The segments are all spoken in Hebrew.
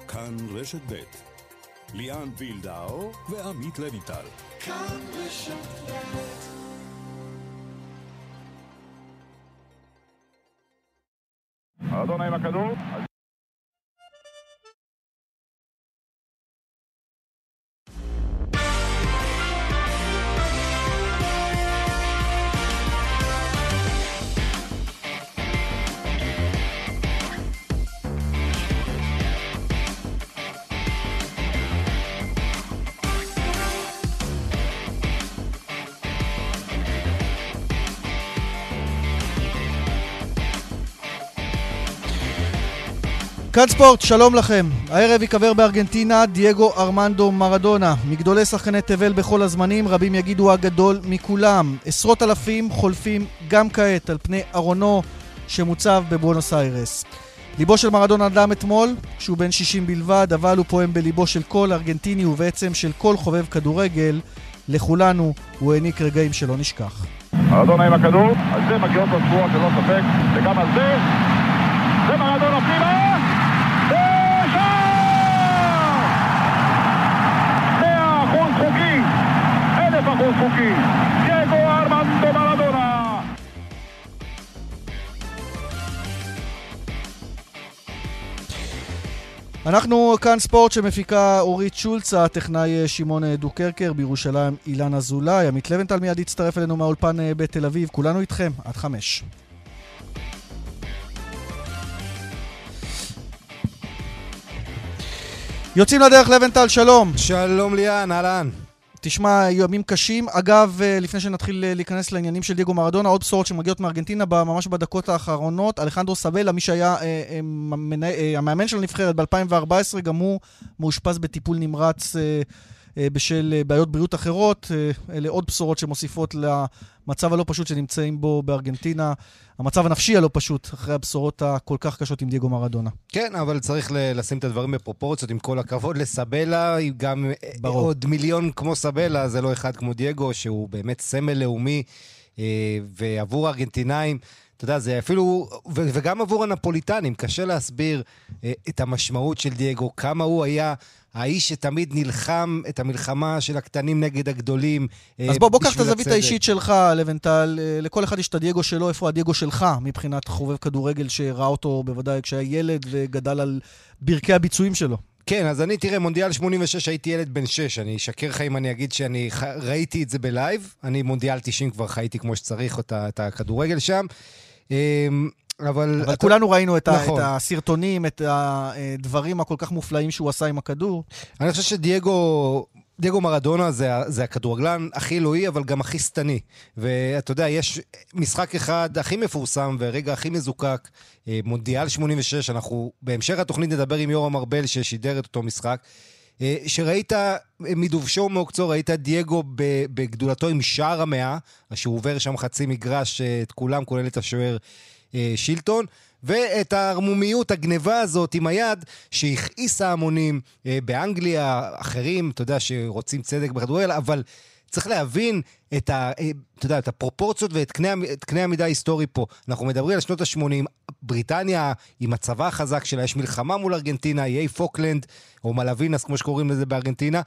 כאן רשת ב' ליאן וילדאו ועמית לויטל. כאן רשת ב'. אדונה עם הכדור. כאן ספורט, שלום לכם. הערב יקבר בארגנטינה דייגו ארמנדו מרדונה, מגדולי שחקני תבל בכל הזמנים, רבים יגידו הגדול מכולם. עשרות אלפים חולפים גם כעת על פני ארונו שמוצב בבואנוס איירס. ליבו של מרדונה נדם אתמול, שהוא בן 60 בלבד, אבל הוא פועם בליבו של כל ארגנטיני ובעצם של כל חובב כדורגל. לכולנו הוא העניק רגעים שלא נשכח. ארדונה עם הכדור, על זה מגיעות לצבועות שלא ספק, וגם על זה מרדונה פנימה! חוקי, דייגו ארמנדו מרדונה. אנחנו כאן ספורט שמפיקה אורית שולץ, הטכנאי שמעון דוקרקר, בירושלים אילן אזולאי, עמית לבנטל מיד יצטרף אלינו מהאולפן בתל אביב. כולנו איתכם עד 5. יוצאים לדרך. לבנטל, שלום. שלום ליאן, אהלן. תשמע, ימים קשים. אגב, לפני שנתחיל להיכנס לעניינים של דייגו מרדונה, עוד בשורות שמגיעות מארגנטינה ממש בדקות האחרונות. אלחנדרו סבלה, מי שהיה המאמן של הנבחרת ב-2014, גם הוא מאושפז בטיפול נמרץ בשל בעיות בריאות אחרות. אלה עוד בשורות שמוסיפות למצב הלא פשוט שנמצאים בו בארגנטינה. המצב הנפשי הלא פשוט, אחרי הבשורות הכל כך קשות עם דייגו מרדונה. כן, אבל צריך לשים את הדברים בפרופורציות, עם כל הכבוד לסבלה, גם ברור. עוד מיליון כמו סבלה, זה לא אחד כמו דייגו, שהוא באמת סמל לאומי, ועבור ארגנטינאים, אתה יודע, זה אפילו, וגם עבור הנפוליטנים, קשה להסביר את המשמעות של דייגו, כמה הוא היה האיש שתמיד נלחם את המלחמה של הקטנים נגד הגדולים. אז בוא קח את הזווית האישית שלך, לבנטל. לכל אחד יש את הדייגו שלו. איפה הדייגו שלך מבחינת חובב כדורגל שראה אותו בוודאי כשהיה ילד וגדל על ברכי הביצועים שלו? כן, אז אני, תראה, מונדיאל 86 הייתי ילד בן 6. אני אשקר לך אם אני אגיד שאני ראיתי את זה בלייב. אני מונדיאל 90 כבר חייתי כמו שצריך את הכדורגל שם. אבל כולנו ראינו את הסרטונים, את הדברים הכל כך מופלאים שהוא עשה עם הכדור. אני חושב שדייגו מרדונה זה הכדורגלן הכי אלוהי, אבל גם הכי סתני. ואתה יודע, יש משחק אחד הכי מפורסם ורגע הכי מזוקק, מונדיאל 86, אנחנו בהמשך התוכנית נדבר עם יורם ארבל ששידר את אותו משחק, שראית מדובשו מעוקצו, ראית דייגו בגדולתו עם שער המאה, שהוא עובר שם חצי מגרש, את כולם, כולל את השוער שילטון, ואת הרמומיות, הגניבה הזאת עם היד, שהכעיסה המונים באנגליה, אחרים, אתה יודע, שרוצים צדק בכדורגל, אבל צריך להבין את הפרופורציות ואת קנה המידה ההיסטורי פה. אנחנו מדברים על שנות ה-80, בריטניה עם הצבא החזק שלה, יש מלחמה מול ארגנטינה, איי פוקלנד, או מלווינס, כמו שקוראים לזה בארגנטינה,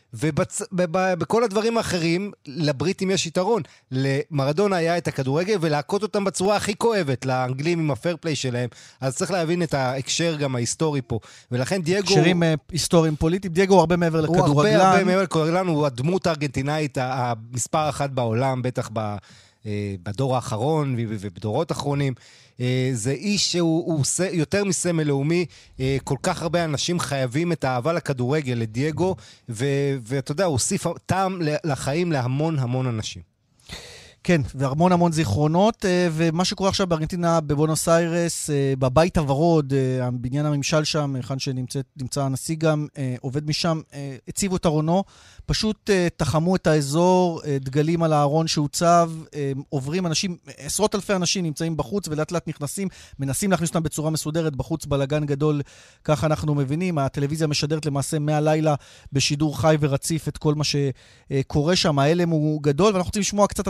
ובכל הדברים האחרים, לבריטים יש יתרון. למרדונה היה את הכדורגל, ולהכות אותם בצורה הכי כואבת, לאנגלים עם הפרפליי שלהם, אז צריך להבין את ההקשר גם ההיסטורי פה. ולכן דייגו... הקשרים היסטוריים פוליטיים, דייגו הרבה מעבר לכדורגלן. הוא הרבה מעבר לכדורגלן, הוא הדמות הארגנטינאית, המספר אחת בעולם, בטח בדור האחרון ובדורות אחרונים. זה איש שהוא יותר מסמל לאומי, כל כך הרבה אנשים חייבים את האהבה לכדורגל, לדייגו, ואתה יודע, הוא הוסיף טעם לחיים להמון המון אנשים. כן, והמון המון זיכרונות, ומה שקורה עכשיו בארגנטינה, בבואנוס איירס, בבית הוורוד, בניין הממשל שם, היכן שנמצא הנשיא גם, עובד משם, הציבו את ארונו, פשוט תחמו את האזור, דגלים על הארון שהוצב, עוברים אנשים, עשרות אלפי אנשים נמצאים בחוץ, ולאט לאט נכנסים, מנסים להכניס אותם בצורה מסודרת, בחוץ בלגן גדול, כך אנחנו מבינים, הטלוויזיה משדרת למעשה מהלילה, בשידור חי ורציף את כל מה שקורה שם, האלם הוא גדול, ואנחנו רוצים לשמוע קצת על מה שמתרחש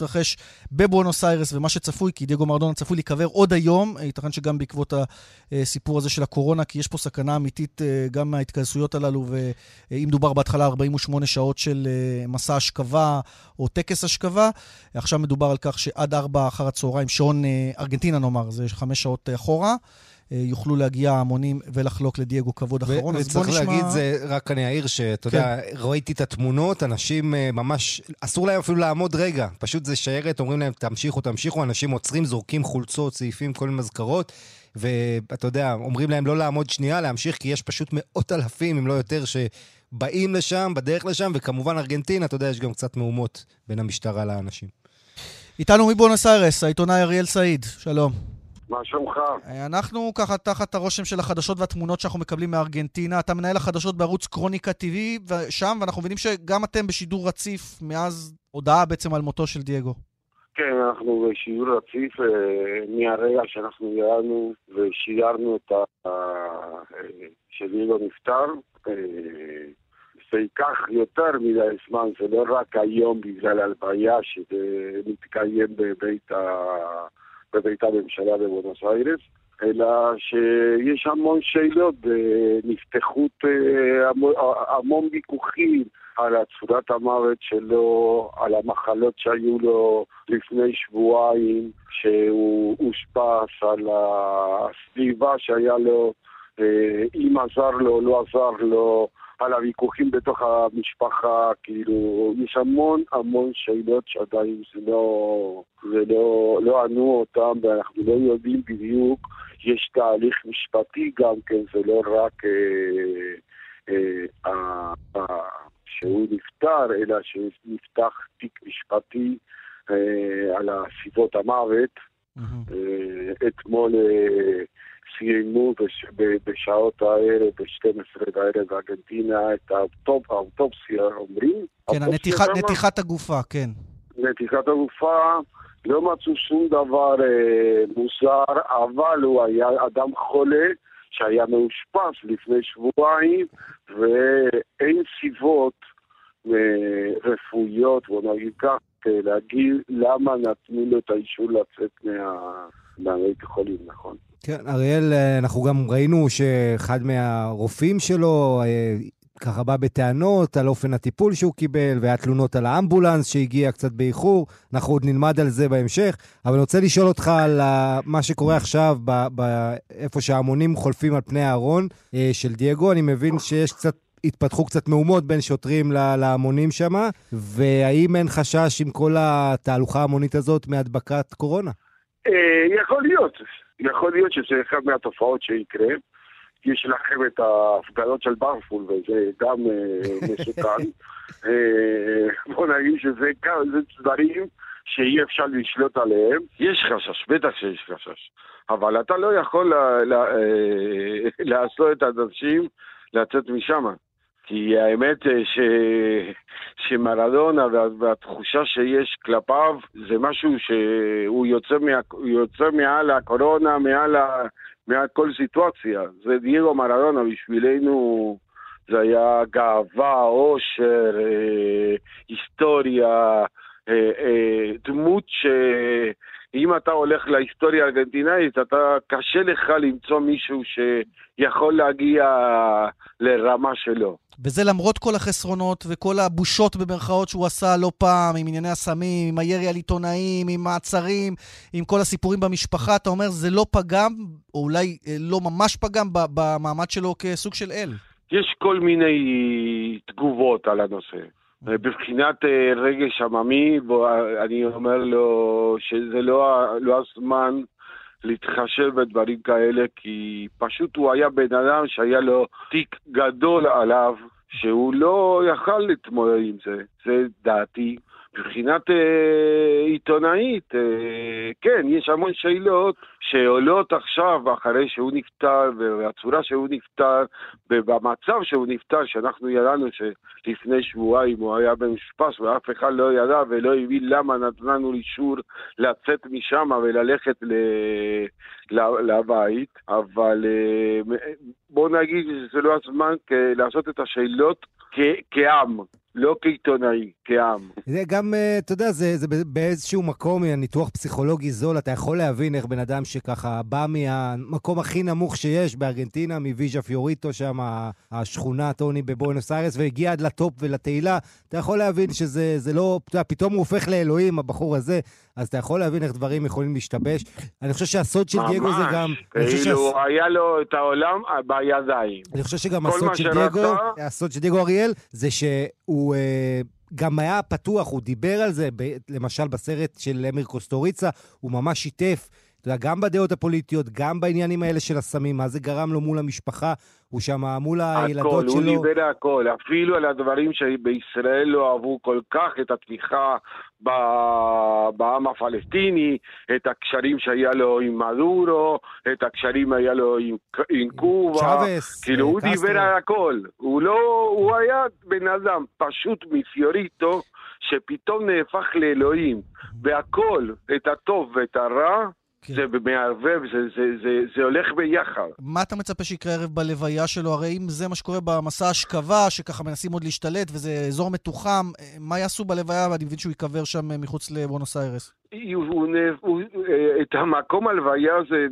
שמתרחש בבואנוס איירס ומה שצפוי, כי דייגו מרדונה צפוי להיקבר עוד היום, ייתכן שגם בעקבות הסיפור הזה של הקורונה, כי יש פה סכנה אמיתית גם מההתכנסויות הללו, ואם דובר בהתחלה 48 שעות של מסע השכבה או טקס השכבה, עכשיו מדובר על כך שעד 4 אחר הצהריים, שעון ארגנטינה נאמר, זה 5 שעות אחורה, יוכלו להגיע המונים ולחלוק לדייגו כבוד אחרון. וצריך להגיד, זה רק אני אעיר שאתה יודע, ראיתי את התמונות, אנשים ממש, אסור להם אפילו לעמוד רגע, פשוט זה שיירת, אומרים להם תמשיכו, אנשים עוצרים, זורקים חולצות, סעיפים, כל מזכרות, ואתה יודע, אומרים להם לא לעמוד שנייה, להמשיך, כי יש פשוט מאות אלפים, אם לא יותר, שבאים לשם, בדרך לשם, וכמובן ארגנטינה, אתה יודע, יש גם קצת מהומות בין המשטרה לאנשים. איתנו מבואנוס איירס, העיתונאי אריאל סעיד, שלום. מה שלומך? אנחנו ככה תחת הרושם של החדשות והתמונות שאנחנו מקבלים מארגנטינה. אתה מנהל החדשות בערוץ קרוניקה TV שם, ואנחנו מבינים שגם אתם בשידור רציף מאז הודעה בעצם על מותו של דייגו. כן, אנחנו בשידור רציף מהרגע שאנחנו ידענו ושידרנו את שדייגו נפטר. זה ייקח יותר מדי זמן, זה לא רק היום בגלל הלוויה שזה מתקיים בבית הממשלה בבואנוס איירס, אלא שיש המון שאלות, נפתחו המון ויכוחים על צורת המוות שלו, על המחלות שהיו לו לפני שבועיים, שהוא אושפז, על הסביבה שהיה לו, אם עזר לו, לא עזר לו, על הוויכוחים בתוך המשפחה, כאילו, יש המון שאלות שעדיין לא ענו אותם, ואנחנו לא יודעים בדיוק, יש תהליך משפטי גם כן, זה לא רק שהוא נפטר, אלא שנפתח תיק משפטי על סיבות המוות. אתמול סיימו בשעות הערב, ב-12 בערב בארגנטינה, את האוטופסיה, אומרים? כן, נתיחת הגופה, כן. נתיחת הגופה, לא מצאו שום דבר מוזר, אבל הוא היה אדם חולה, שהיה מאושפז לפני שבועיים, ואין סיבות רפואיות, בוא נגיד כך, להגיד למה נתנו לו את האישור לצאת מהבית החולים, נכון? כן, אריאל, אנחנו גם ראינו שאחד מהרופאים שלו ככה בא בטענות על אופן הטיפול שהוא קיבל, והיה תלונות על האמבולנס שהגיע קצת באיחור, אנחנו עוד נלמד על זה בהמשך, אבל אני רוצה לשאול אותך על מה שקורה עכשיו, איפה שההמונים חולפים על פני הארון של דייגו, אני מבין שיש התפתחו קצת מהומות בין שוטרים להמונים שם, והאם אין חשש עם כל התהלוכה ההמונית הזאת מהדבקת קורונה? יכול להיות שזה אחד מהתופעות שיקרה. יש לכם את ההפגנות של ברפול, וזה גם מסוכן. בוא נגיד שזה דברים שאי אפשר לשלוט עליהם. יש חשש, בטח שיש חשש. אבל אתה לא יכול לעשות את האנשים לצאת משם. כי האמת שמרדונה והתחושה שיש כלפיו זה משהו שהוא יוצא מעל הקורונה, מעל כל סיטואציה. זה דייגו מרדונה, בשבילנו זה היה גאווה, אושר, היסטוריה, דמות שאם אתה הולך להיסטוריה הארגנטינאית, אתה קשה לך למצוא מישהו שיכול להגיע לרמה שלו. וזה למרות כל החסרונות וכל הבושות במרכאות שהוא עשה לא פעם, עם ענייני הסמים, עם הירי על עיתונאים, עם מעצרים, עם כל הסיפורים במשפחה, אתה אומר, זה לא פגם, או אולי לא ממש פגם במעמד שלו כסוג של אל. יש כל מיני תגובות על הנושא. בבחינת רגש עממי, אני אומר לו שזה לא הזמן להתחשב בדברים כאלה, כי פשוט הוא היה בן אדם שהיה לו תיק גדול עליו, שהוא לא יכל להתמודד עם זה. זה דעתי. מבחינת עיתונאית, כן, יש המון שאלות שעולות עכשיו אחרי שהוא נפטר, והצורה שהוא נפטר, ובמצב שהוא נפטר, שאנחנו ידענו שלפני שבועיים הוא היה במשפט, ואף אחד לא ידע ולא הבין למה נתנו אישור לצאת משם וללכת לבית, אבל בוא נגיד שזה לא הזמן לעשות את השאלות כעם. לא כעיתונאי, כעם. זה גם, אתה יודע, זה באיזשהו מקום, ניתוח פסיכולוגי זול, אתה יכול להבין איך בן אדם שככה בא מהמקום הכי נמוך שיש בארגנטינה, מוויז'ה פיוריטו, שם השכונה טוני בבואנוס איירס, והגיע עד לטופ ולתהילה, אתה יכול להבין שזה לא, אתה יודע, פתאום הוא הופך לאלוהים, הבחור הזה, אז אתה יכול להבין איך דברים יכולים להשתבש. אני חושב שהסוד של דייגו זה גם... כאילו, היה לו את העולם בידיים. אני חושב שגם הסוד של דייגו אריאל, זה שהוא גם היה פתוח, הוא דיבר על זה, למשל בסרט של אמיר קוסטוריצה, הוא ממש שיתף, אתה יודע, גם בדעות הפוליטיות, גם בעניינים האלה של הסמים, מה זה גרם לו מול המשפחה, הוא שם מול הילדות שלו. הוא דיבר הכל, אפילו על הדברים שבישראל לא אהבו כל כך, את התמיכה בעם הפלסטיני, את הקשרים שהיה לו עם מדורו, את הקשרים היה לו עם קובה, צ'אבס, כאילו הוא דיבר על הכל. הוא היה בן אדם פשוט מפיוריטו, שפתאום נהפך לאלוהים, והכל, את הטוב ואת הרע, זה מערבב, זה הולך ביחד. מה אתה מצפה שיקרה ערב בלוויה שלו? הרי אם זה מה שקורה במסע השכבה, שככה מנסים עוד להשתלט, וזה אזור מתוחם, מה יעשו בלוויה? ואני מבין שהוא יקבר שם מחוץ לבואנוס איירס. את המקום הלוויה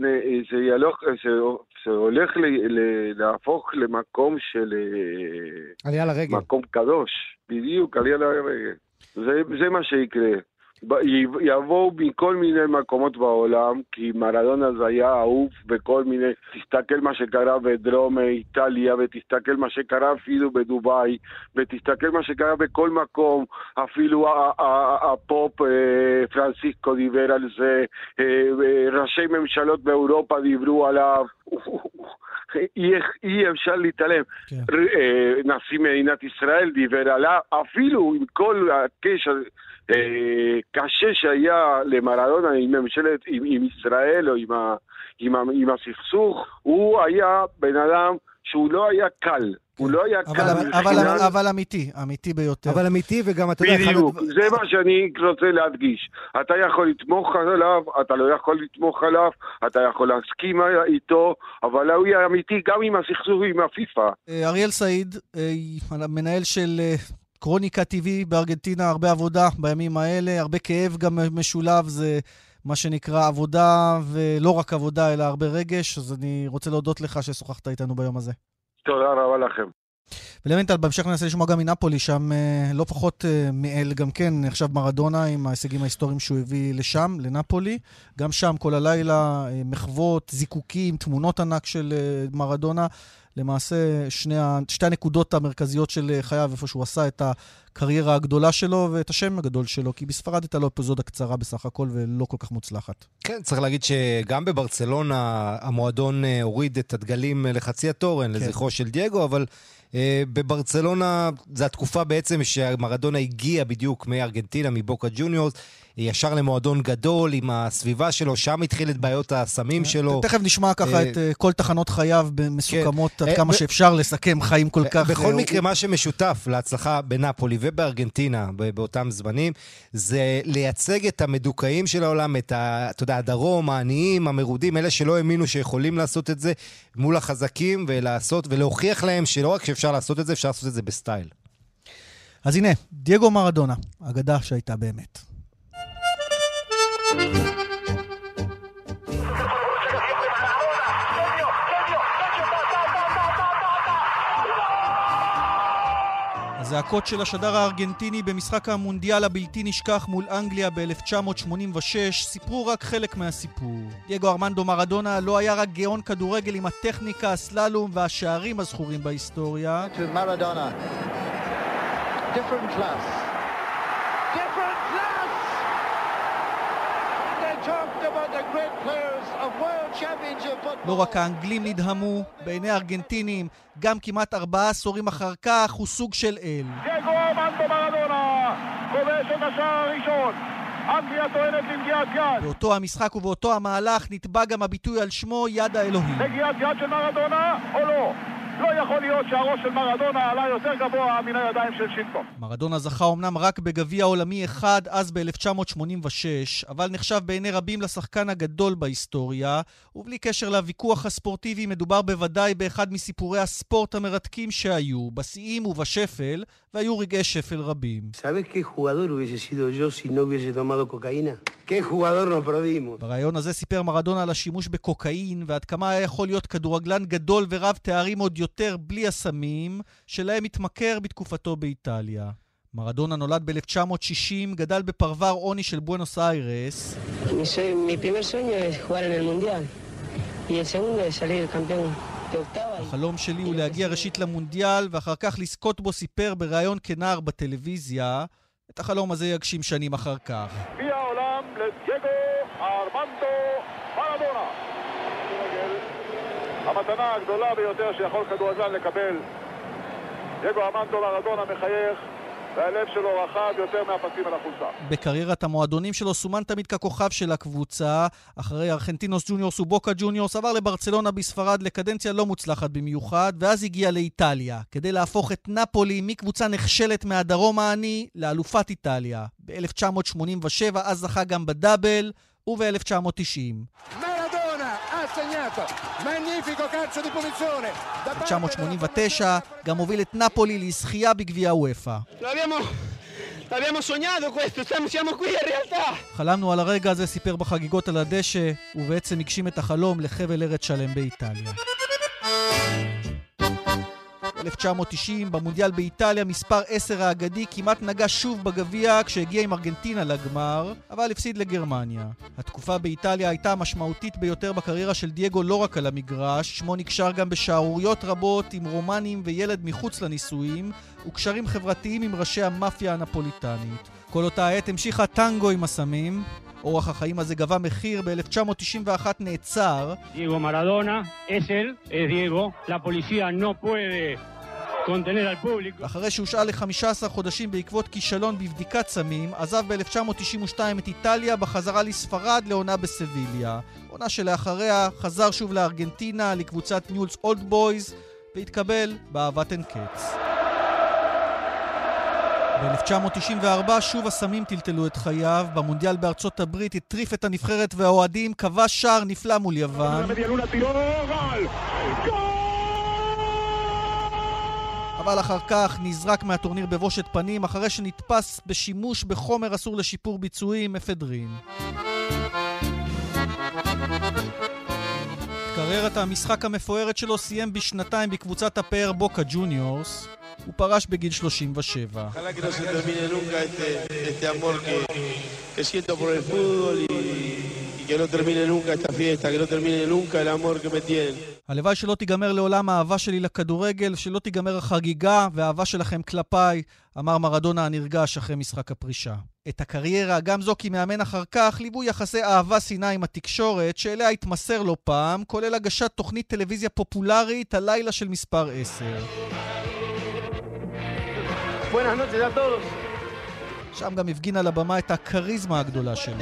זה הולך להפוך למקום של... עלייה לרגל. מקום קדוש, בדיוק, עלייה לרגל. זה מה שיקרה. יבואו מכל מיני מקומות בעולם, כי מרדונה זה היה אהוב בכל מיני, תסתכל מה שקרה בדרום איטליה, ותסתכל מה שקרה אפילו בדוביי, ותסתכל מה שקרה בכל מקום, אפילו הפופ פרנסיסקו דיבר על זה, ראשי ממשלות באירופה דיברו עליו, אי אפשר להתעלם. נשיא מדינת ישראל דיבר עליו, אפילו עם כל הקשר קשה שהיה למרדונה עם ישראל או עם הסכסוך, הוא היה בן אדם שהוא לא היה קל. הוא לא היה קל. אבל אמיתי ביותר. אבל אמיתי, וגם אתה יודע... בדיוק, זה מה שאני רוצה להדגיש. אתה יכול לתמוך עליו, אתה לא יכול לתמוך עליו, אתה יכול להסכים איתו, אבל הוא היה אמיתי גם עם הסכסוך ועם הפיפה. אריאל סעיד, המנהל של... קרוניקה טבעי בארגנטינה, הרבה עבודה בימים האלה, הרבה כאב גם משולב, זה מה שנקרא עבודה, ולא רק עבודה, אלא הרבה רגש, אז אני רוצה להודות לך ששוחחת איתנו ביום הזה. תודה רבה לכם. ולמנטל, בהמשך ננסה לשמוע גם מנפולי, שם לא פחות מעל גם כן, עכשיו מרדונה עם ההישגים ההיסטוריים שהוא הביא לשם, לנפולי, גם שם כל הלילה מחוות, זיקוקים, תמונות ענק של מרדונה, למעשה שתי הנקודות המרכזיות של חייו, איפה שהוא עשה את הקריירה הגדולה שלו ואת השם הגדול שלו, כי בספרד הייתה לו אפיזודה קצרה בסך הכל ולא כל כך מוצלחת. כן, צריך להגיד שגם בברצלונה המועדון הוריד את הדגלים לחצי התורן, כן. לזכרו של דייגו, אבל בברצלונה זו התקופה בעצם שמרדונה הגיע בדיוק מארגנטינה, מבוקה ג'וניורס, ישר למועדון גדול עם הסביבה שלו, שם התחיל את בעיות הסמים שלו. תכף נשמע ככה את כל תחנות חייו מסוכמות עד כמה שאפשר לסכם חיים כל כך. בכל מקרה, מה שמשותף להצלחה בנפולי ובארגנטינה באותם זמנים, זה לייצג את המדוכאים של העולם, את הדרום, העניים, המרודים, אלה שלא האמינו שיכולים לעשות את זה מול החזקים ולעשות, ולהוכיח להם שלא רק שאפשר לעשות את זה, אפשר לעשות את זה בסטייל. אז הנה, דייגו מרדונה, אגדה שהייתה באמת. הזעקות של השדר הארגנטיני במשחק המונדיאל הבלתי נשכח מול אנגליה ב-1986 סיפרו רק חלק מהסיפור. דייגו ארמנדו מרדונה לא היה רק גאון כדורגל עם הטכניקה, הסללום והשערים הזכורים בהיסטוריה. Maradona. Different class. Different class. They talked about the great players of World Championship football. לא רק האנגלים נדהמו, בעיני הארגנטינים, גם כמעט 4 עשורים אחר כך הוא סוג של אל. דייגו ארמנדו מרדונה, כובש את השער הראשון. אנגליה טוענת לנגיעת יד. באותו המשחק ובאותו המהלך נתבע גם הביטוי על שמו יד האלוהים. נגיעת יד של מרדונה או לא? לא יכול להיות שהראש של מרדונה עלה יותר גבוה מן הידיים של שילטון. מרדונה זכה אומנם רק בגביע עולמי אחד אז ב-1986, אבל נחשב בעיני רבים לשחקן הגדול בהיסטוריה, ובלי קשר לוויכוח הספורטיבי מדובר בוודאי באחד מסיפורי הספורט המרתקים שהיו, בשיאים ובשפל, והיו רגעי שפל רבים. ¿Sabes qué jugador hubiese sido yo si no hubiese tomado cocaína? ¿Qué jugador nos perdimos? ברעיון הזה סיפר מרדונה על השימוש בקוקאין, ועד כמה היה יכול להיות כדורגלן גדול ורב תארים עוד יותר בלי הסמים, שלהם התמכר בתקופתו באיטליה. מרדונה נולד ב-1960, גדל בפרבר עוני של בואנוס איירס. Mi primer sueño es jugar en el mundial y el segundo es salir campeón. החלום שלי הוא להגיע ראשית למונדיאל ואחר כך לזכות בו, סיפר בראיון כנער בטלוויזיה. את החלום הזה יגשים שנים אחר כך. גביע העולם לדייגו ארמנדו מרדונה. המתנה הגדולה ביותר שיכול כדורגלן לקבל. דייגו ארמנדו מרדונה מחייך, והלב שלו רחב יותר מהפסים על החולצה. בקריירת המועדונים שלו סומן תמיד ככוכב של הקבוצה. אחרי ארגנטינוס ג'וניורס ובוקה ג'וניורס עבר לברצלונה בספרד לקדנציה לא מוצלחת במיוחד, ואז הגיע לאיטליה כדי להפוך את נפולי מקבוצה נכשלת מהדרום העני לאלופת איטליה. ב-1987 אז זכה גם בדאבל, וב-1990. ב-1989 גם הוביל את נפולי לזכייה בגביע הוופא. חלמנו על הרגע הזה, סיפר בחגיגות על הדשא, ובעצם הגשים את החלום לחבל ארץ שלם באיטליה. 1990, במונדיאל באיטליה, מספר 10 האגדי כמעט נגע שוב בגביע כשהגיע עם ארגנטינה לגמר, אבל הפסיד לגרמניה. התקופה באיטליה הייתה המשמעותית ביותר בקריירה של דייגו לא רק על המגרש, שמו נקשר גם בשערוריות רבות עם רומנים וילד מחוץ לנישואים, וקשרים חברתיים עם ראשי המאפיה הנפוליטנית. כל אותה עת המשיכה טנגו עם הסמים. אורח החיים הזה גבה מחיר, ב-1991 נעצר. דייגו מרדונה, es él, es Diego, la policía no puede contener al público. אחרי שהושעה ל-15 חודשים בעקבות כישלון בבדיקת סמים, עזב ב-1992 את איטליה בחזרה לספרד לעונה בסביליה. עונה שלאחריה חזר שוב לארגנטינה, לקבוצת ניולס אולד בויז, והתקבל באהבת אין קץ. ב-1994 שוב הסמים טלטלו את חייו. במונדיאל בארצות הברית הטריף את הנבחרת והאוהדים, כבש שער נפלא מול יוון. אבל אחר כך נזרק מהטורניר בבושת פנים אחרי שנתפס בשימוש בחומר אסור לשיפור ביצועים, אפדרין. קריירת המשחק המפוארת שלו סיים בשנתיים בקבוצת הפאר בוקה ג'וניורס. הוא פרש בגיל 37. הלוואי שלא תיגמר לעולם האהבה שלי לכדורגל, שלא תיגמר החגיגה והאהבה שלכם כלפיי, אמר מרדונה הנרגש אחרי משחק הפרישה. את הקריירה, גם זו כי מאמן אחר כך, ליוו יחסי אהבה שנאה עם התקשורת, שאליה התמסר לא פעם, כולל הגשת תוכנית טלוויזיה פופולרית, הלילה של מספר 10. Buenas noches a todos. שם גם הפגין על הבמה את הקריזמה הגדולה שלו.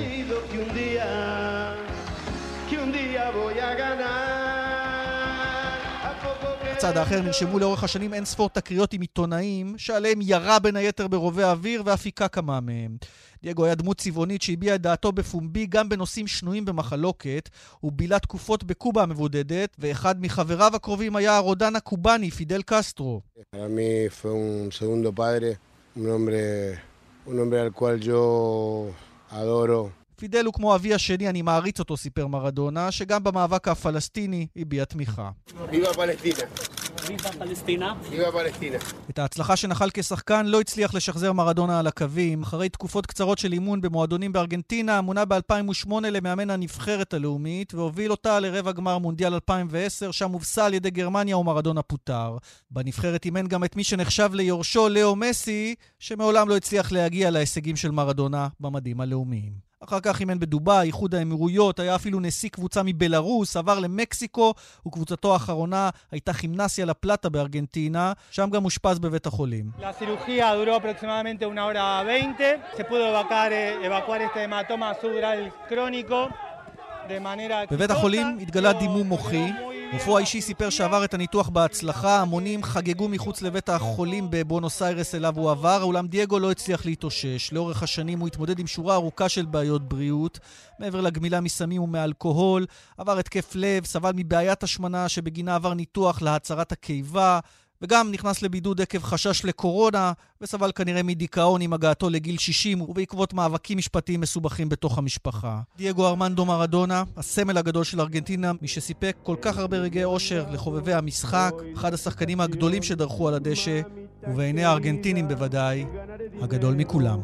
בצד האחר נרשמו לאורך השנים אין ספור תקריות עם עיתונאים, שעליהם ירה בין היתר ברובי האוויר ואפיקה כמה מהם. דייגו היה דמות צבעונית שהביע את דעתו בפומבי גם בנושאים שנויים במחלוקת, הוא בילה תקופות בקובה המבודדת, ואחד מחבריו הקרובים היה הרודן הקובני, פידל קסטרו. Para mí fue un segundo padre, un hombre al cual yo adoro. פידל הוא כמו אבי השני, אני מעריץ אותו, סיפר מרדונה, שגם במאבק הפלסטיני הביע תמיכה. Viva Palestina. Viva Palestina. Viva Palestina. את ההצלחה שנחל כשחקן לא הצליח לשחזר מרדונה על הקווים. אחרי תקופות קצרות של אימון במועדונים בארגנטינה, מונה ב-2008 למאמן הנבחרת הלאומית, והוביל אותה לרבע גמר מונדיאל 2010, שם הובסה על ידי גרמניה ומרדונה פוטר. בנבחרת אימן גם את מי שנחשב ליורשו, לאו מסי, שמעולם לא הצליח להגיע להישגים של מרדונה במדים הלאומיים. אחר כך אימן בדובאי, איחוד האמירויות, היה אפילו נשיא קבוצה מבלרוס, עבר למקסיקו, וקבוצתו האחרונה הייתה כימנסיה לפלטה בארגנטינה, שם גם אושפז בבית החולים. La cirugía duró aproximadamente 1:20. Se pudo evacuar este hematoma subdural crónico de manera... בבית החולים התגלה דימום מוחי, רופאו האישי סיפר שעבר את הניתוח בהצלחה, המונים חגגו מחוץ לבית החולים בבואנוס איירס אליו הוא עבר, אולם דייגו לא הצליח להתאושש. לאורך השנים הוא התמודד עם שורה ארוכה של בעיות בריאות, מעבר לגמילה מסמים ומאלכוהול, עבר התקף לב, סבל מבעיית השמנה שבגינה עבר ניתוח להצרת הקיבה, וגם נכנס לבידוד עקב חשש לקורונה, וסבל כנראה מדיכאון עם הגעתו לגיל 60, ובעקבות מאבקים משפטיים מסובכים בתוך המשפחה. דייגו ארמנדו מרדונה, הסמל הגדול של ארגנטינה, מי שסיפק כל כך הרבה רגעי אושר לחובבי המשחק, אחד השחקנים הגדולים שדרכו על הדשא, ובעיני הארגנטינים בוודאי, הגדול מכולם.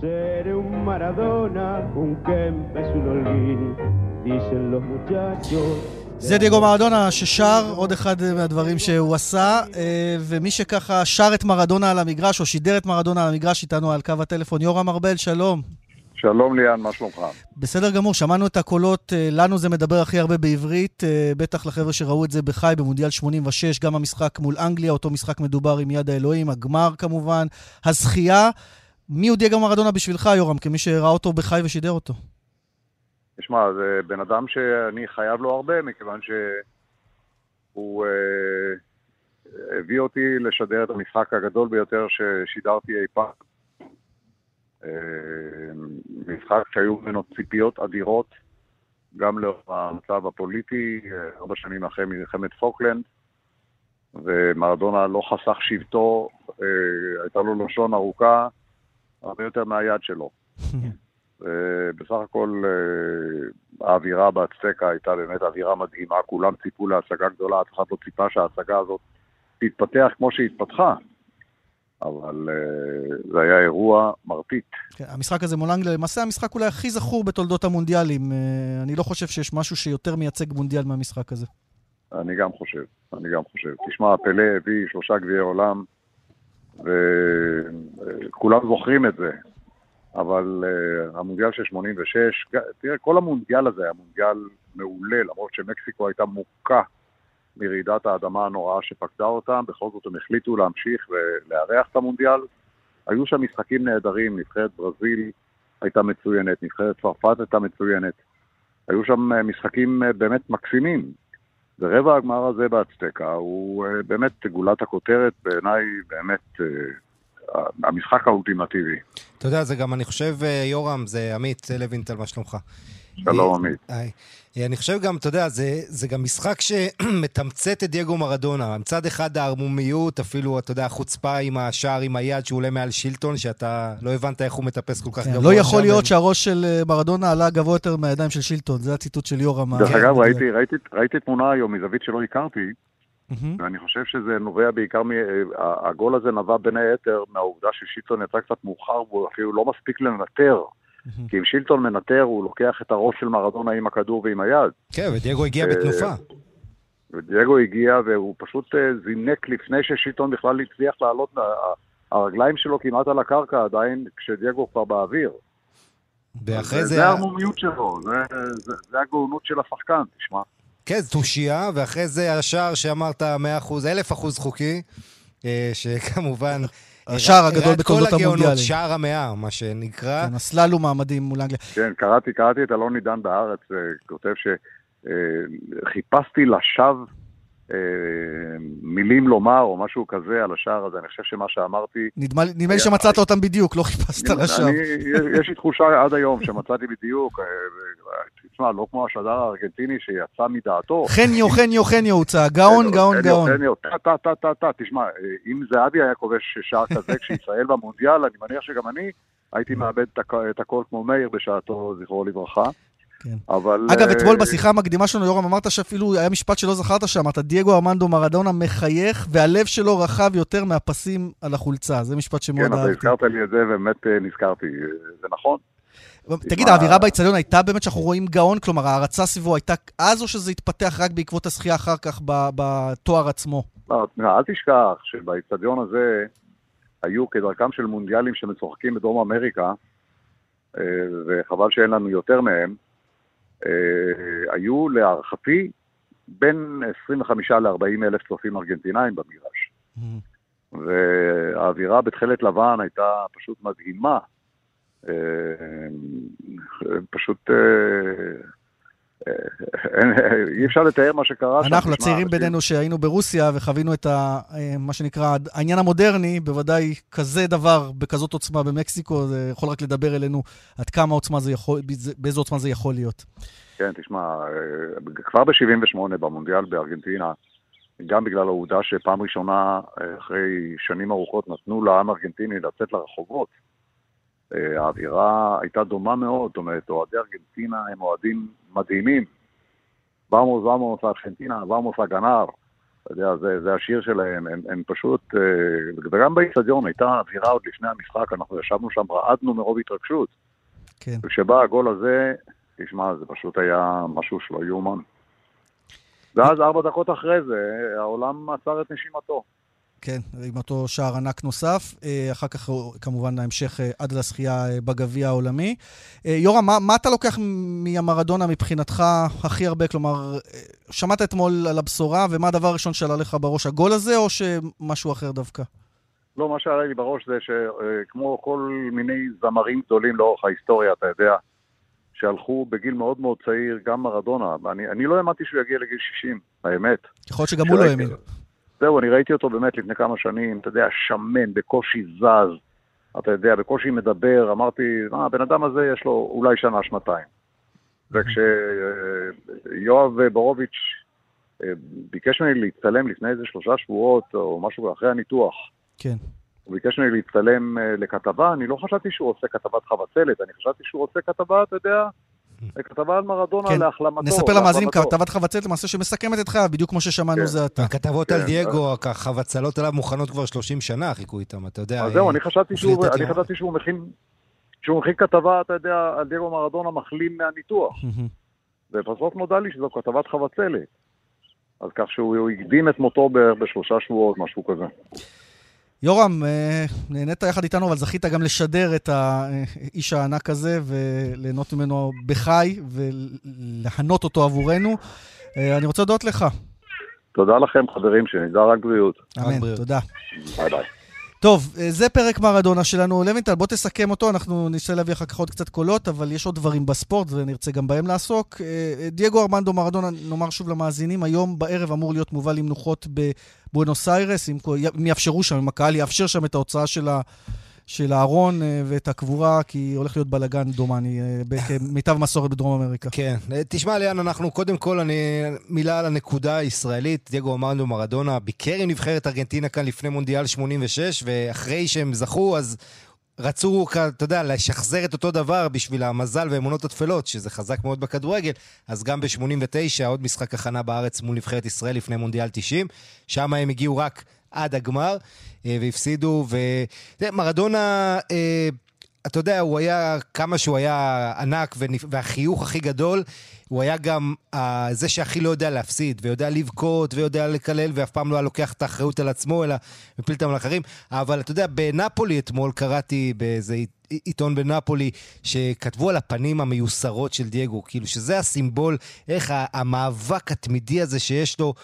זה דייגו מרדונה ששר, עוד אחד מהדברים שהוא עשה, ומי שככה שר את מרדונה על המגרש, או שידר את מרדונה על המגרש, איתנו על קו הטלפון. יורם ארבל, שלום. שלום ליאן, מה שלומך? בסדר גמור, שמענו את הקולות, לנו זה מדבר הכי הרבה בעברית, בטח לחבר'ה שראו את זה בחי במונדיאל 86, גם המשחק מול אנגליה, אותו משחק מדובר עם יד האלוהים, הגמר כמובן, הזכייה. מי הוא דייגו מרדונה בשבילך, יורם, כמי שראה אותו בחי ושידר אותו? תשמע, זה בן אדם שאני חייב לו הרבה, מכיוון שהוא הביא אותי לשדר את המשחק הגדול ביותר ששידרתי אי פעם. משחק שהיו ממנו ציפיות אדירות, גם לאור המצב הפוליטי, 4 שנים אחרי מלחמת פוקלנד, ומרדונה לא חסך שבטו, הייתה לו לשון ארוכה, הרבה יותר מהיד שלו. בסך הכל האווירה באצטקה הייתה באמת אווירה מדהימה, כולם ציפו להצגה גדולה, אף אחד לא ציפה שההצגה הזאת תתפתח כמו שהתפתחה, אבל זה היה אירוע מרטיט. כן, המשחק הזה מול אנגליה, למעשה המשחק אולי הכי זכור בתולדות המונדיאלים, אני לא חושב שיש משהו שיותר מייצג מונדיאל מהמשחק הזה. אני גם חושב. תשמע, פלה הביא 3 גביעי עולם, וכולם זוכרים את זה. אבל המונדיאל של 86, תראה, כל המונדיאל הזה היה מונדיאל מעולה, למרות שמקסיקו הייתה מוקה מרעידת האדמה הנוראה שפקדה אותם, בכל זאת הם החליטו להמשיך ולארח את המונדיאל. היו שם משחקים נהדרים, נבחרת ברזיל הייתה מצוינת, נבחרת צרפת הייתה מצוינת. היו שם משחקים באמת מקסימים. ורבע הגמר הזה באצטקה הוא באמת גולת הכותרת, בעיניי באמת המשחק האולטימטיבי. אתה יודע, זה גם, אני חושב, יורם, זה עמית לוינטל, מה שלומך? שלום, עמית. אני חושב גם, אתה יודע, זה גם משחק שמתמצת את דייגו מרדונה. מצד אחד הערמומיות, אפילו, אתה יודע, החוצפה עם השער, עם היד שהוא עולה מעל שילטון, שאתה לא הבנת איך הוא מטפס כל כך גבוה. לא יכול להיות שהראש של מרדונה עלה גבוה יותר מהידיים של שילטון. זה הציטוט של יורם. דרך אגב, ראיתי תמונה היום מזווית שלא הכרתי, ואני חושב שזה נובע בעיקר, הגול הזה נבע בין היתר מהעובדה ששילטון יצא קצת מאוחר, והוא אפילו לא מספיק לנטר, כי אם שילטון מנטר, הוא לוקח את הראש של מרדונה עם הכדור ועם היד. כן, ודייגו הגיע בתנופה. ודייגו הגיע, והוא פשוט זינק לפני ששילטון בכלל הצליח לעלות, הרגליים שלו כמעט על הקרקע עדיין, כשדייגו כבר באוויר. זה הערמומיות שלו, זה הגאונות של השחקן, תשמע. כן, תושייה, ואחרי זה השער שאמרת 100%, 1000% חוקי, שכמובן השער הגדול בתולדות המונדיאלים. שער 100, מה שנקרא. כן, הסללום מעמדים מול אנגליה. כן, קראתי את אלון עידן בהארץ, כותב שחיפשתי לשווא מילים לומר, או משהו כזה על השער הזה. אני חושב שמה שאמרתי... נדמה לי שמצאת אותם בדיוק, לא חיפשת לשווא. יש לי תחושה עד היום שמצאתי בדיוק, תשמע, לא כמו השדר הארגנטיני שיצא מדעתו. חניו הוצא, גאון. תשמע, אם זהבי היה כובש שער כזה כשישראל במונדיאל, אני מניח שגם אני הייתי מאבד את הכל כמו מאיר בשעתו, זכרו לברכה. אגב, אתמול בשיחה המקדימה שלנו, יורם, אמרת שאפילו היה משפט שלא זכרת שאמרת, דייגו ארמנדו מרדונה מחייך, והלב שלו רחב יותר מהפסים על החולצה. זה משפט שמאוד אהבתי. כן, אבל הזכרת לי את זה, ובאמת נזכרתי. זה נכון. תגיד, האווירה באצטדיון הייתה באמת שאנחנו רואים גאון, כלומר, ההרצה סביבו הייתה אז, או שזה התפתח רק בעקבות השחייה אחר כך בתואר עצמו? לא, אל תשכח שבאצטדיון הזה היו כדרכם של מונדיאלים שמשוחקים בדרום אמריקה, וחבל שאין לנו יותר מהם, היו להערכתי בין 25 ל-40 אלף צופים ארגנטינאים במגרש. והאווירה בתכלת לבן הייתה פשוט מדהימה. פשוט אי אפשר לתאר מה שקרה שם. אנחנו, הצעירים בינינו שהיינו ברוסיה וחווינו את מה שנקרא העניין המודרני, בוודאי כזה דבר בכזאת עוצמה במקסיקו, זה יכול רק לדבר אלינו עד כמה עוצמה זה יכול, באיזו עוצמה זה יכול להיות. כן, תשמע, כבר ב-78 במונדיאל בארגנטינה, גם בגלל העובדה שפעם ראשונה אחרי שנים ארוכות נתנו לעם ארגנטיני לצאת לרחובות, האווירה הייתה דומה מאוד, זאת אומרת, אוהדי ארגנטינה הם אוהדים מדהימים. Vamos ארגנטינה, Vamos ganar. אתה יודע, זה השיר שלהם, הם פשוט, וגם באצטדיון הייתה אווירה עוד לפני המשחק, אנחנו ישבנו שם, רעדנו מרוב התרגשות. כן. וכשבא הגול הזה, תשמע, זה פשוט היה משהו שלא יאומן. ואז 4 דקות אחרי זה, העולם עצר את נשימתו. כן, עם אותו שער ענק נוסף. אחר כך כמובן ההמשך עד לזכייה בגביע העולמי. יורם, מה אתה לוקח מהמרדונה מבחינתך הכי הרבה? כלומר, שמעת אתמול על הבשורה, ומה הדבר הראשון שעלה לך בראש? הגול הזה או שמשהו אחר דווקא? לא, מה שעלה לי בראש זה שכמו כל מיני זמרים גדולים לאורך ההיסטוריה, אתה יודע, שהלכו בגיל מאוד מאוד צעיר, גם מרדונה. אני לא האמנתי שהוא יגיע לגיל 60, האמת. יכול להיות שגם הוא לא האמין. זהו, אני ראיתי אותו באמת לפני כמה שנים, אתה יודע, שמן, בקושי זז, אתה יודע, בקושי מדבר, אמרתי, הבן אדם הזה יש לו אולי שנה, שנתיים. וכשיואב בורוביץ' ביקש ממני להצטלם לפני איזה 3 שבועות, או משהו אחרי הניתוח, כן. הוא ביקש ממני להצטלם לכתבה, אני לא חשבתי שהוא עושה כתבת חבצלת, אני חשבתי שהוא עושה כתבה, אתה יודע, כתבה על מרדונה להחלמתו. נספר למאזינים, כתבת חבצלת למעשה שמסכמת את חייו, בדיוק כמו ששמענו זה אתה. הכתבות על דייגו, החבצלות עליו מוכנות כבר 30 שנה, חיכו איתם, אתה יודע. אז זהו, אני חשבתי שהוא מכין כתבה, אתה יודע, על דייגו מרדונה מחלים מהניתוח. ובסוף נודע לי שזו כתבת חבצלת. אז כך שהוא הקדים את מותו ב3 שבועות, משהו כזה. יורם, נהנית יחד איתנו, אבל זכית גם לשדר את האיש הענק הזה, וליהנות ממנו בחי, ולהנות אותו עבורנו. אני רוצה להודות לך. תודה לכם, חברים שלי. זה רק בריאות. אמן, תודה. ביי ביי. טוב, זה פרק מרדונה שלנו. לוינטל, בוא תסכם אותו, אנחנו נשאר להביא אחר כך עוד קצת קולות, אבל יש עוד דברים בספורט, ונרצה גם בהם לעסוק. דייגו ארמנדו מרדונה, נאמר שוב למאזינים, היום בערב אמור להיות מובל למנוחות בבואנוס איירס, אם יאפשרו שם, אם הקהל יאפשר שם את ההוצאה של הארון ואת הקבורה, כי הולך להיות בלגן דומני, במיטב מסורת בדרום אמריקה. כן, תשמע ליאן, אנחנו קודם כל, מילה על הנקודה הישראלית, דייגו ארמנדו מרדונה ביקר עם נבחרת ארגנטינה כאן לפני מונדיאל 86, ואחרי שהם זכו, אז רצו, אתה יודע, לשחזר את אותו דבר בשביל המזל והאמונות התפלות, שזה חזק מאוד בכדורגל, אז גם ב-89, עוד משחק הכנה בארץ מול נבחרת ישראל לפני מונדיאל 90, שם הם הגיעו רק עד הגמר, והפסידו, ומרדונה, אתה יודע, הוא היה, כמה שהוא היה ענק, והחיוך הכי גדול, הוא היה גם זה שהכי לא יודע להפסיד, ויודע לבכות, ויודע לקלל, ואף פעם לא היה לוקח את האחריות על עצמו, אלא מפיל אותם על אחרים. אבל אתה יודע, בנפולי אתמול קראתי באיזה עיתון בנפולי, שכתבו על הפנים המיוסרות של דייגו, כאילו שזה הסימבול, איך המאבק התמידי הזה שיש לו,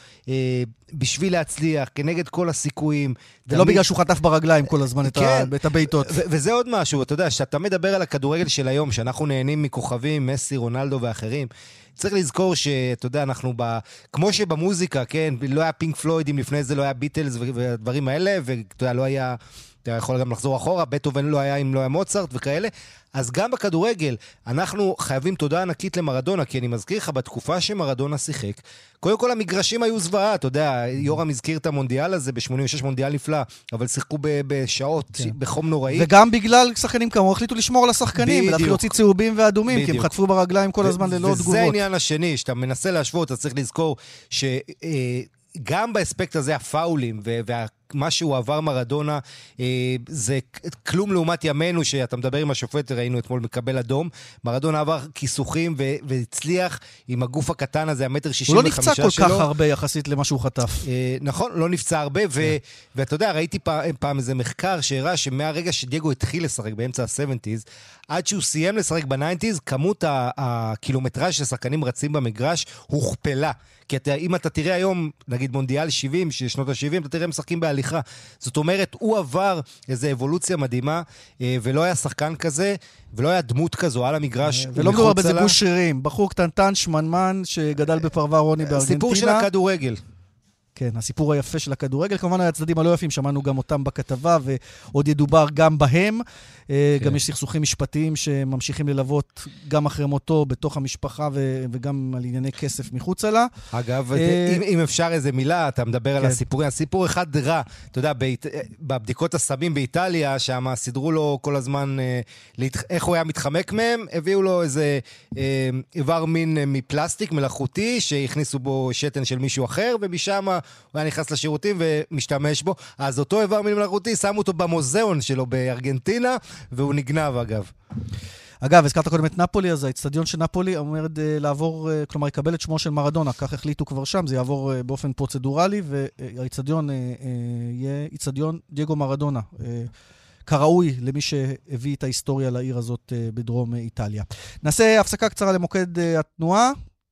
בשביל להצליח, כנגד כל הסיכויים. ולא בגלל שהוא חטף ברגליים כל הזמן את הביתות. וזה עוד משהו, אתה יודע, שאתה מדבר על הכדורגל של היום, שאנחנו נהנים מכוכבים, מסי, רונלדו ואחרים, צריך לזכור שאתה יודע, אנחנו כמו שבמוזיקה, כן, לא היה פינק פלוידים, לפני זה לא היה ביטלס והדברים האלה, ואתה יודע, לא היה, אתה יכול גם לחזור אחורה, בטהובן לא היה אם לא היה מוצרט וכאלה, אז גם בכדורגל, אנחנו חייבים תודה ענקית למרדונה, כי אני מזכיר לך, בתקופה שמרדונה שיחק, קודם כל המגרשים היו זוועה, אתה יודע, יורם הזכיר את המונדיאל הזה, ב-86 מונדיאל נפלא, אבל שיחקו בשעות, בחום נוראי. וגם בגלל שחקנים כמו, החליטו לשמור על השחקנים, ולהתחיל להוציא צהובים ואדומים, כי הם חטפו ברגליים כל הזמן ללא תגובות. וזה העניין השני, שאתה מנסה להשוות, אתה צריך לזכור שגם באספקט הזה, הפאולים מה שהוא עבר מרדונה, זה כלום לעומת ימינו, שאתה מדבר עם השופט, ראינו אתמול מקבל אדום, מרדונה עבר כיסוכים והצליח עם הגוף הקטן הזה, 1.65 מטר שלו. הוא לא נפצע כל כך הרבה יחסית למה שהוא חטף. נכון, לא נפצע הרבה, ואתה יודע, ראיתי פעם איזה מחקר שהראה שמהרגע שדייגו התחיל לשחק באמצע ה-70s, עד שהוא סיים לשחק ב-90s, כמות הקילומטראז' ששחקנים רצים במגרש הוכפלה. כי אם אתה תראה היום, נגיד מונדיאל 70, שנות ה-70, אתה תראה משחקים בהליכה. זאת אומרת, הוא עבר איזו אבולוציה מדהימה, ולא היה שחקן כזה, ולא היה דמות כזו על המגרש. ולא מדובר בזה גוש שרירים, בחור קטנטן, שמנמן, שגדל בפרבר רוני בארגנטינה. סיפור של הכדורגל. כן, הסיפור היפה של הכדורגל, כמובן הצדדים הלא יפים, שמענו גם אותם בכתבה, ועוד ידובר גם בהם. גם יש סכסוכים משפטיים שממשיכים ללוות גם אחרי מותו בתוך המשפחה, וגם על ענייני כסף מחוץ לה. אגב, אם אפשר איזה מילה, אתה מדבר על הסיפורים. הסיפור אחד רע, אתה יודע, בבדיקות הסמים באיטליה, שם סידרו לו כל הזמן איך הוא היה מתחמק מהם, הביאו לו איזה איבר מין מפלסטיק מלאכותי, שהכניסו בו שתן של מישהו אחר, ומשם הוא היה נכנס לשירותים ומשתמש בו. אז אותו איבר מין מלאכותי, שמו אותו במוזיאון שלו בארגנטינה, והוא נגנב אגב. אגב, הזכרת קודם את נפולי, אז האצטדיון של נפולי עומד לעבור, כלומר יקבל את שמו של מרדונה, כך החליטו כבר שם, זה יעבור באופן פרוצדורלי, והאצטדיון יהיה אצטדיון דייגו מרדונה, כראוי למי שהביא את ההיסטוריה לעיר הזאת בדרום איטליה. נעשה הפסקה קצרה למוקד התנועה,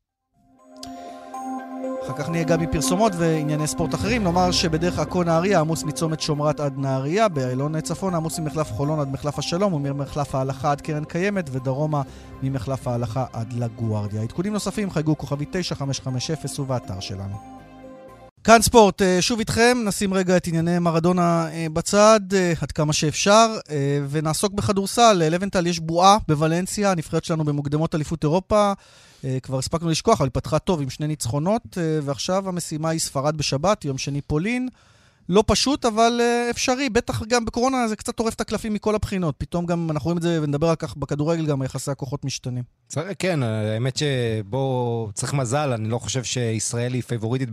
אחר כך נהיה גם מפרסומות וענייני ספורט אחרים. נאמר שבדרך עכו נהריה עמוס מצומת שומרת עד נהריה, באילון צפון עמוס ממחלף חולון עד מחלף השלום, וממחלף ההלכה עד קרן קיימת, ודרומה ממחלף ההלכה עד לגוארדיה. עדכונים נוספים חייגו כוכבי 9550 ובאתר שלנו. כאן ספורט, שוב איתכם, נשים רגע את ענייני מרדונה בצד, עד כמה שאפשר, ונעסוק בכדורסל. ללבנטל יש בועה בוולנסיה, הנבחרת שלנו במוקדמות אליפות אירופה, כבר הספקנו לשכוח, אבל היא פתחה טוב עם 2 ניצחונות, ועכשיו המשימה היא ספרד בשבת, יום שני פולין. לא פשוט, אבל אפשרי. בטח גם בקורונה זה קצת טורף את הקלפים מכל הבחינות. פתאום גם אנחנו רואים את זה ונדבר על כך בכדורגל, גם יחסי הכוחות משתנים. כן, האמת שבו צריך מזל, אני לא חושב שישראל היא פייבוריטית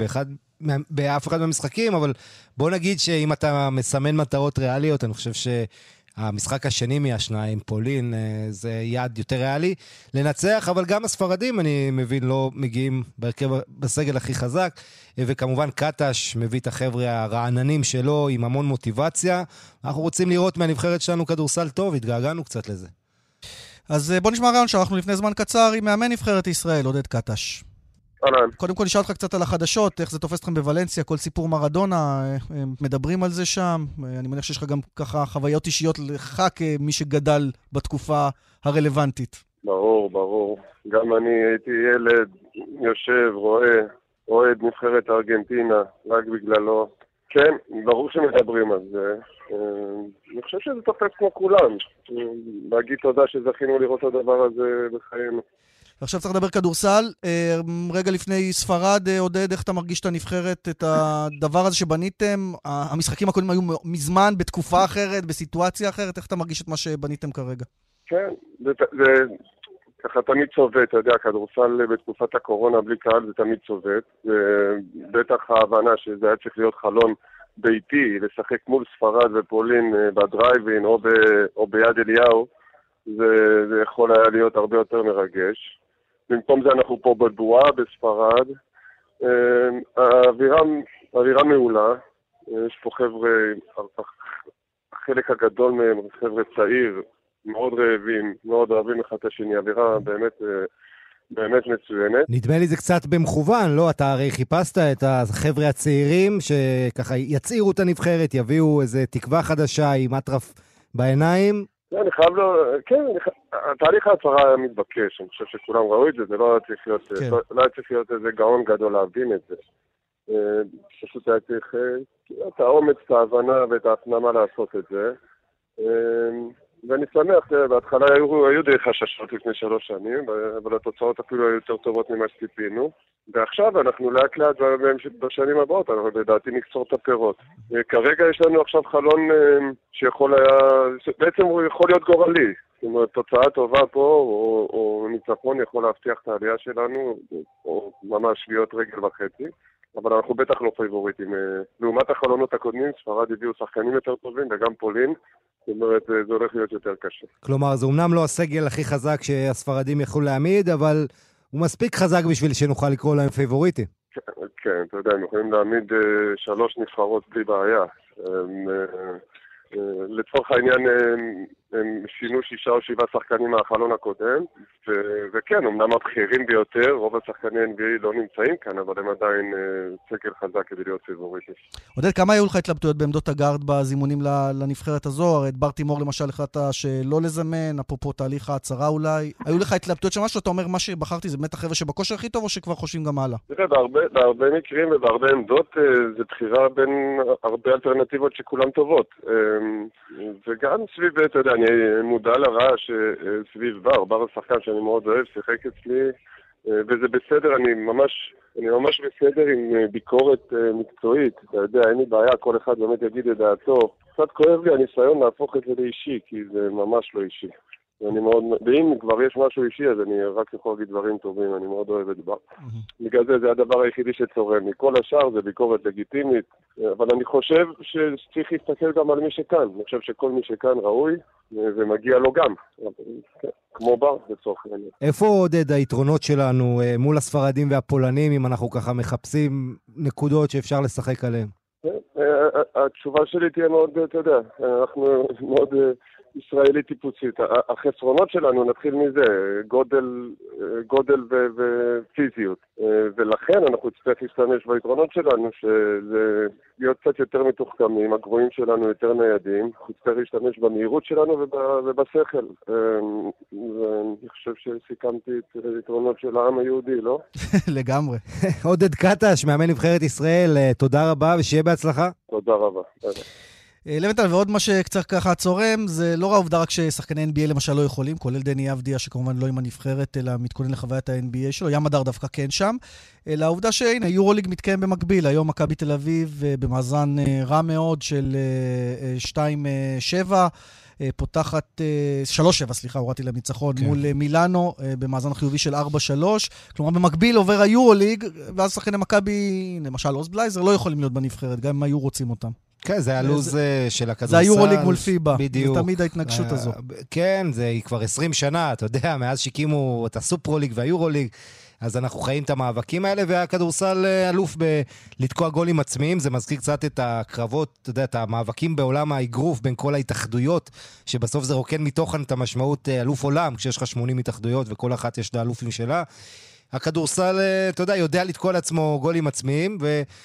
באף אחד מהמשחקים, אבל בוא נגיד שאם אתה מסמן מטרות ריאליות, אני חושב שהמשחק השני מהשניים, פולין, זה יעד יותר ריאלי לנצח, אבל גם הספרדים, אני מבין, לא מגיעים בסגל הכי חזק, וכמובן קטש מביא את החבר'ה הרעננים שלו עם המון מוטיבציה. אנחנו רוצים לראות מהנבחרת שלנו כדורסל טוב, התגעגענו קצת לזה. אז בוא נשמע רעיון שאנחנו לפני זמן קצר עם מאמן נבחרת ישראל, עודד קטש. קודם כל נשאל אותך קצת על החדשות, איך זה תופס אתכם בוולנסיה, כל סיפור מרדונה, מדברים על זה שם, אני מניח שיש לך גם ככה חוויות אישיות לך כמי שגדל בתקופה הרלוונטית. ברור, גם אני הייתי ילד, יושב, רואה את נבחרת ארגנטינה, רק בגללו. כן, ברור שמדברים על זה, אני חושב שזה תופס כמו כולם, להגיד תודה שזכינו לראות את הדבר הזה בחיינו. ועכשיו צריך לדבר כדורסל. רגע לפני ספרד, עודד, איך אתה מרגיש את הנבחרת, את הדבר הזה שבניתם? המשחקים הקודמים היו מזמן, בתקופה אחרת, בסיטואציה אחרת. איך אתה מרגיש את מה שבניתם כרגע? כן, זה ככה תמיד צובט, אתה יודע, כדורסל בתקופת הקורונה בלי קהל זה תמיד צובט. בטח ההבנה שזה היה צריך להיות חלון ביתי, לשחק מול ספרד ופולין בדרייבין או ביד אליהו, זה יכול היה להיות הרבה יותר מרגש. במקום זה אנחנו פה בבועה בספרד. האווירה מעולה. יש פה חבר'ה, החלק הגדול מהם, חבר'ה צעיר, מאוד רעבים, מאוד אוהבים אחד את השני. האווירה באמת מצוינת. נדמה לי זה קצת במכוון, לא? אתה הרי חיפשת את החבר'ה הצעירים שככה יצעירו את הנבחרת, יביאו איזו תקווה חדשה עם מטרף בעיניים. אני חייב התהליך ההצהרה היה מתבקש, אני חושב שכולם ראו את זה, זה לא היה צריך להיות איזה גאון גדול להבין את זה. פשוט היה צריך את האומץ, את ההבנה ואת ההפנמה לעשות את זה. ואני שמח, בהתחלה היו די חששות לפני 3 שנים, אבל התוצאות אפילו היו יותר טובות ממה שציפינו. ועכשיו אנחנו לאט בשנים הבאות, אנחנו לדעתי נקצור את הפירות. כרגע יש לנו עכשיו חלון שיכול היה, בעצם הוא יכול להיות גורלי. זאת אומרת, תוצאה טובה פה, או ניצחון יכול להבטיח את העלייה שלנו, או ממש להיות רגל וחצי. אבל אנחנו בטח לא פייבוריטים. לעומת החלונות הקודמים, ספרד הביאו שחקנים יותר טובים, וגם פולין. זאת אומרת, זה הולך להיות יותר קשה. כלומר, זה אומנם לא הסגל הכי חזק שהספרדים יכולו להעמיד, אבל הוא מספיק חזק בשביל שנוכל לקרוא להם פייבוריטים. כן, אתה יודע, הם יכולים להעמיד 3 נבחרות בלי בעיה. לצורך העניין, הם שינו 6 או 7 שחקנים מהחלון הקודם, וכן, אמנם הבכירים ביותר, רוב השחקני NBA לא נמצאים כאן, אבל הם עדיין סגל חזק כדי להיות פיבוריטים. עודד, כמה היו לך התלבטויות בעמדות הגארד בזימונים לנבחרת הזו? הרי את בר תימור למשל החלטת שלא לזמן, אפרופו תהליך ההצהרה אולי. היו לך התלבטויות של משהו? אתה אומר מה שבחרתי זה באמת החבר'ה שבכושר הכי טוב, או שכבר חושבים גם הלאה? תראה, בהרבה מקרים ובהרבה עמדות זה בחירה בין הרבה אלטרנטיבות שכולן טובות. וגם סביב, אתה יודע, אני מודע לרעש סביב בר השחקן שאני מאוד אוהב, שיחק אצלי, וזה בסדר, אני ממש בסדר עם ביקורת מקצועית. אתה יודע, אין לי בעיה, כל אחד באמת יגיד את דעתו. קצת כואב לי הניסיון להפוך את זה לאישי, כי זה ממש לא אישי. ואם כבר יש משהו אישי, אז אני רק יכול להגיד דברים טובים, אני מאוד אוהב את בר. בגלל זה הדבר היחידי שצורם. מכל השאר זה ביקורת לגיטימית, אבל אני חושב שצריך להסתכל גם על מי שכאן. אני חושב שכל מי שכאן ראוי, ומגיע לו גם. כמו בר, לצורך העניין. איפה עודד היתרונות שלנו מול הספרדים והפולנים, אם אנחנו ככה מחפשים נקודות שאפשר לשחק עליהן? התשובה שלי תהיה מאוד, אתה יודע, אנחנו מאוד ישראלי טיפוסית. החסרונות שלנו, נתחיל מזה, גודל ופיזיות. ולכן אנחנו צריכים להשתמש ביתרונות שלנו, שזה להיות קצת יותר מתוחכמים, הגבוהים שלנו יותר ניידים, אנחנו צריכים להשתמש במהירות שלנו ובשכל. ואני חושב שסיכמתי את היתרונות של העם היהודי, לא? לגמרי. עודד קטש, מאמן נבחרת ישראל, תודה רבה ושיהיה בהצלחה. תודה רבה. לבנטל, ועוד מה שקצת ככה צורם, זה לא העובדה רק ששחקני NBA למשל לא יכולים, כולל דני אבדיה שכמובן לא עם הנבחרת, אלא מתכונן לחוויית ה-NBA שלו, ים הדר דווקא כן שם, אלא העובדה שהנה, יורוליג מתקיים במקביל, היום מכבי תל אביב במאזן רע מאוד של 2-7, פותחת 3-7, סליחה, הורדתי לניצחון, כן. מול מילאנו, במאזן חיובי של 4-3, כלומר במקביל עובר היורוליג, ואז שחקני מכבי, למשל אוז בלייזר, לא יכולים להיות בנבחרת, גם אם היו רוצים אותם. כן, זה הלוז של הכדורסל. זה היורוליג מול פיבה. בדיוק. זה תמיד ההתנגשות הזו. כן, זה כבר 20 שנה, אתה יודע, מאז שהקימו את הסופרוליג והיורוליג, אז אנחנו חיים את המאבקים האלה, והכדורסל אלוף לתקוע גולים עצמיים, זה מזכיר קצת את הקרבות, אתה יודע, את המאבקים בעולם האגרוף בין כל ההתאחדויות, שבסוף זה רוקן מתוכן את המשמעות אלוף עולם, כשיש לך 80 התאחדויות וכל אחת יש את האלופים שלה. הכדורסל, אתה יודע, יודע לתקוע לעצמו גולים עצמיים,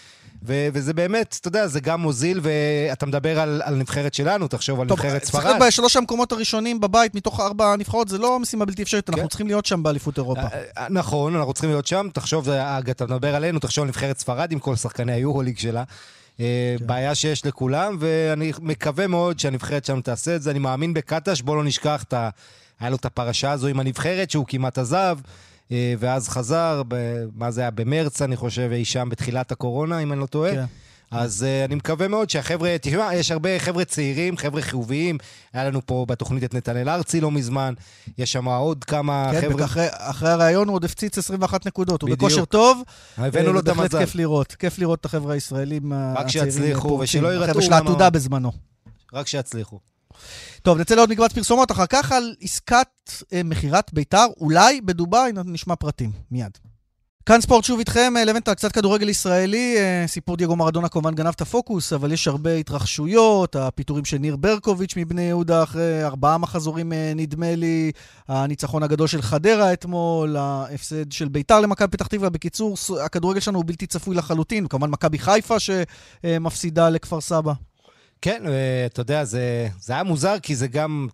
וזה באמת, אתה יודע, זה גם מוזיל, ואתה מדבר על נבחרת שלנו, תחשוב על נבחרת ספרד. צריך בשלוש המקומות הראשונים בבית, מתוך 4 נבחרות, זה לא משימה בלתי אפשרית, אנחנו צריכים להיות שם באליפות אירופה. נכון, אנחנו צריכים להיות שם, תחשוב, אתה מדבר עלינו, תחשוב על נבחרת ספרד עם כל שחקני היורוליג שלה, בעיה שיש לכולם, ואני מקווה מאוד שהנבחרת שם תעשה את זה, אני מאמין בקטש, בוא לא נשכח, היה לו את הפרשה הזו עם הנבחרת, שהוא כמעט עזב, ואז חזר, מה זה היה? במרץ, אני חושב, אי שם בתחילת הקורונה, אם אני לא טועה. כן. אז אני מקווה מאוד שהחבר'ה, תשמע, יש הרבה חבר'ה צעירים, חבר'ה חיוביים, היה לנו פה בתוכנית את נתנאל ארצי לא מזמן, יש שם עוד כמה כן, חבר'ה... כן, אחרי הרעיון הוא עוד הפציץ 21 נקודות, הוא בכושר טוב, הבאנו לו את המזל. כיף לראות את החבר'ה הישראלים רק שיצליחו ושלא ירתעו. החבר'ה של העתודה בזמנו. רק שיצליחו. טוב, נצא לעוד מקבץ פרסומות, אחר כך על עסקת מחירת ביתר, אולי בדובאי, נשמע פרטים, מיד. כאן ספורט שוב איתכם, לבנטל, קצת כדורגל ישראלי, סיפור דייגו מרדונה כמובן גנב את הפוקוס, אבל יש הרבה התרחשויות, הפיטורים של ניר ברקוביץ' מבני יהודה אחרי 4 מחזורים נדמה לי, הניצחון הגדול של חדרה אתמול, ההפסד של ביתר למכבי פתח תקווה, בקיצור, הכדורגל שלנו הוא בלתי צפוי לחלוטין, וכמובן מכבי חיפה שמפסידה לכפר סבא. כן, אתה יודע, זה היה מוזר, כי זה גם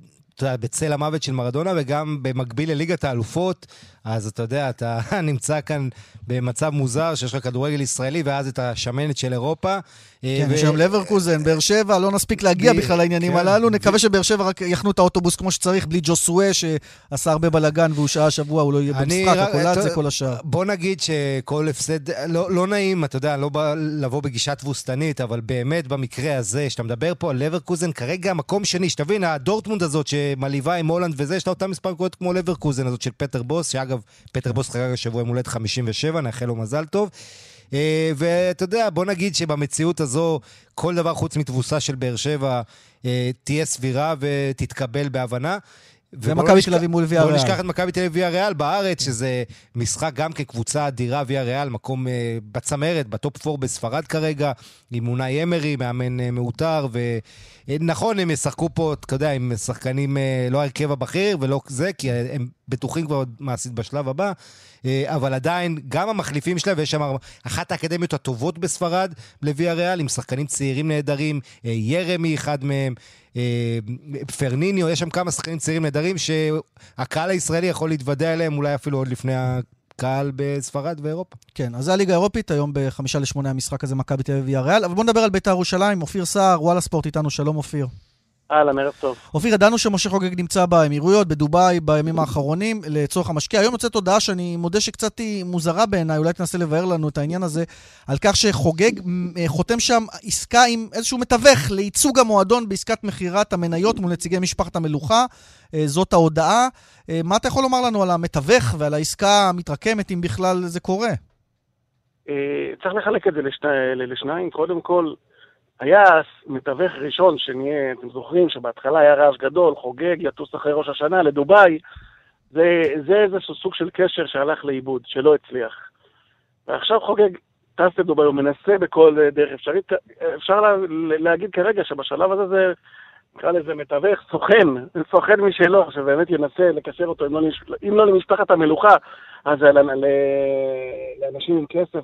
בצל המוות של מרדונה, וגם במקביל לליגת האלופות, אז אתה יודע, אתה נמצא כאן במצב מוזר, שיש לך כדורגל ישראלי, ואז את השמנת של אירופה. כן, יש שם לברקוזן, באר שבע, לא נספיק להגיע בכלל לעניינים הללו, נקווה שבאר שבע רק יחנו את האוטובוס כמו שצריך, בלי ג'וסואה, שעשה הרבה בלגן, והוא שעה שבוע, הוא לא יהיה במשחק, הקולת זה כל השאר. בוא נגיד שכל הפסד, לא נעים, אתה יודע, לא לבוא בגישה תבוסתנית, אבל באמת במקרה הזה, שאתה מדבר פה על לברקוזן, כרגע מקום שני, שתבין, הדורטמונד הזאת שמליבה עם הולנד וזה, יש לה אותה מספר נקודות כמו לברקוזן הזאת של פטר בוס, שאגב, פטר בוס חגג השבוע עם הולדת 57, נאחל לו מזל טוב. ואתה יודע, בוא נגיד שבמציאות הזו, כל דבר חוץ מתבוסה של באר שבע תהיה סבירה ותתקבל בהבנה. ומכבי תל אביב מול ויה ריאל. לא נשכח את מכבי תל אביב ויה ריאל בארץ, שזה משחק גם כקבוצה אדירה, ויה ריאל, מקום בצמרת, בטופ 4 בספרד כרגע, עם אונאי אמרי, מאמן מאותר, ונכון, הם ישחקו פה, אתה יודע, עם שחקנים לא הרכב הבכיר, ולא זה, כי הם בטוחים כבר מעשית בשלב הבא, אבל עדיין, גם המחליפים שלהם, ויש שם אחת האקדמיות הטובות בספרד, לויה ריאל, עם שחקנים צעירים נהדרים, ירמי אחד מהם, פרניניו, יש שם כמה שחקנים צעירים נהדרים שהקהל הישראלי יכול להתוודע אליהם אולי אפילו עוד לפני הקהל בספרד ואירופה. כן, אז זה הליגה האירופית, היום ב5-8 המשחק הזה מכבי תל אביב ויה ריאל, אבל בוא נדבר על בית"ר ירושלים, אופיר סער, וואלה ספורט איתנו, שלום אופיר. אהלן, ערב טוב. אופיר, ידענו שמשה חוגג נמצא באמירויות, בדובאי, בימים האחרונים, לצורך המשקיע. היום יוצאת הודעה שאני מודה שקצת היא מוזרה בעיניי, אולי תנסה לבאר לנו את העניין הזה, על כך שחוגג חותם שם עסקה עם איזשהו מתווך לייצוג המועדון בעסקת מחירת המניות מול נציגי משפחת המלוכה. זאת ההודעה. מה אתה יכול לומר לנו על המתווך ועל העסקה המתרקמת, אם בכלל זה קורה? צריך לחלק את זה לשניים. קודם כל, היה מתווך ראשון שנהיה, אתם זוכרים שבהתחלה היה רעש גדול, חוגג, יטוס אחרי ראש השנה לדוביי, זה איזשהו סוג של קשר שהלך לאיבוד, שלא הצליח. ועכשיו חוגג טס לדוביי, הוא מנסה בכל דרך אפשרית, אפשר להגיד כרגע שבשלב הזה זה, נקרא לזה מתווך, סוכן משלו, שבאמת ינסה לקשר אותו, אם לא למשפחת המלוכה, אז לאנשים עם כסף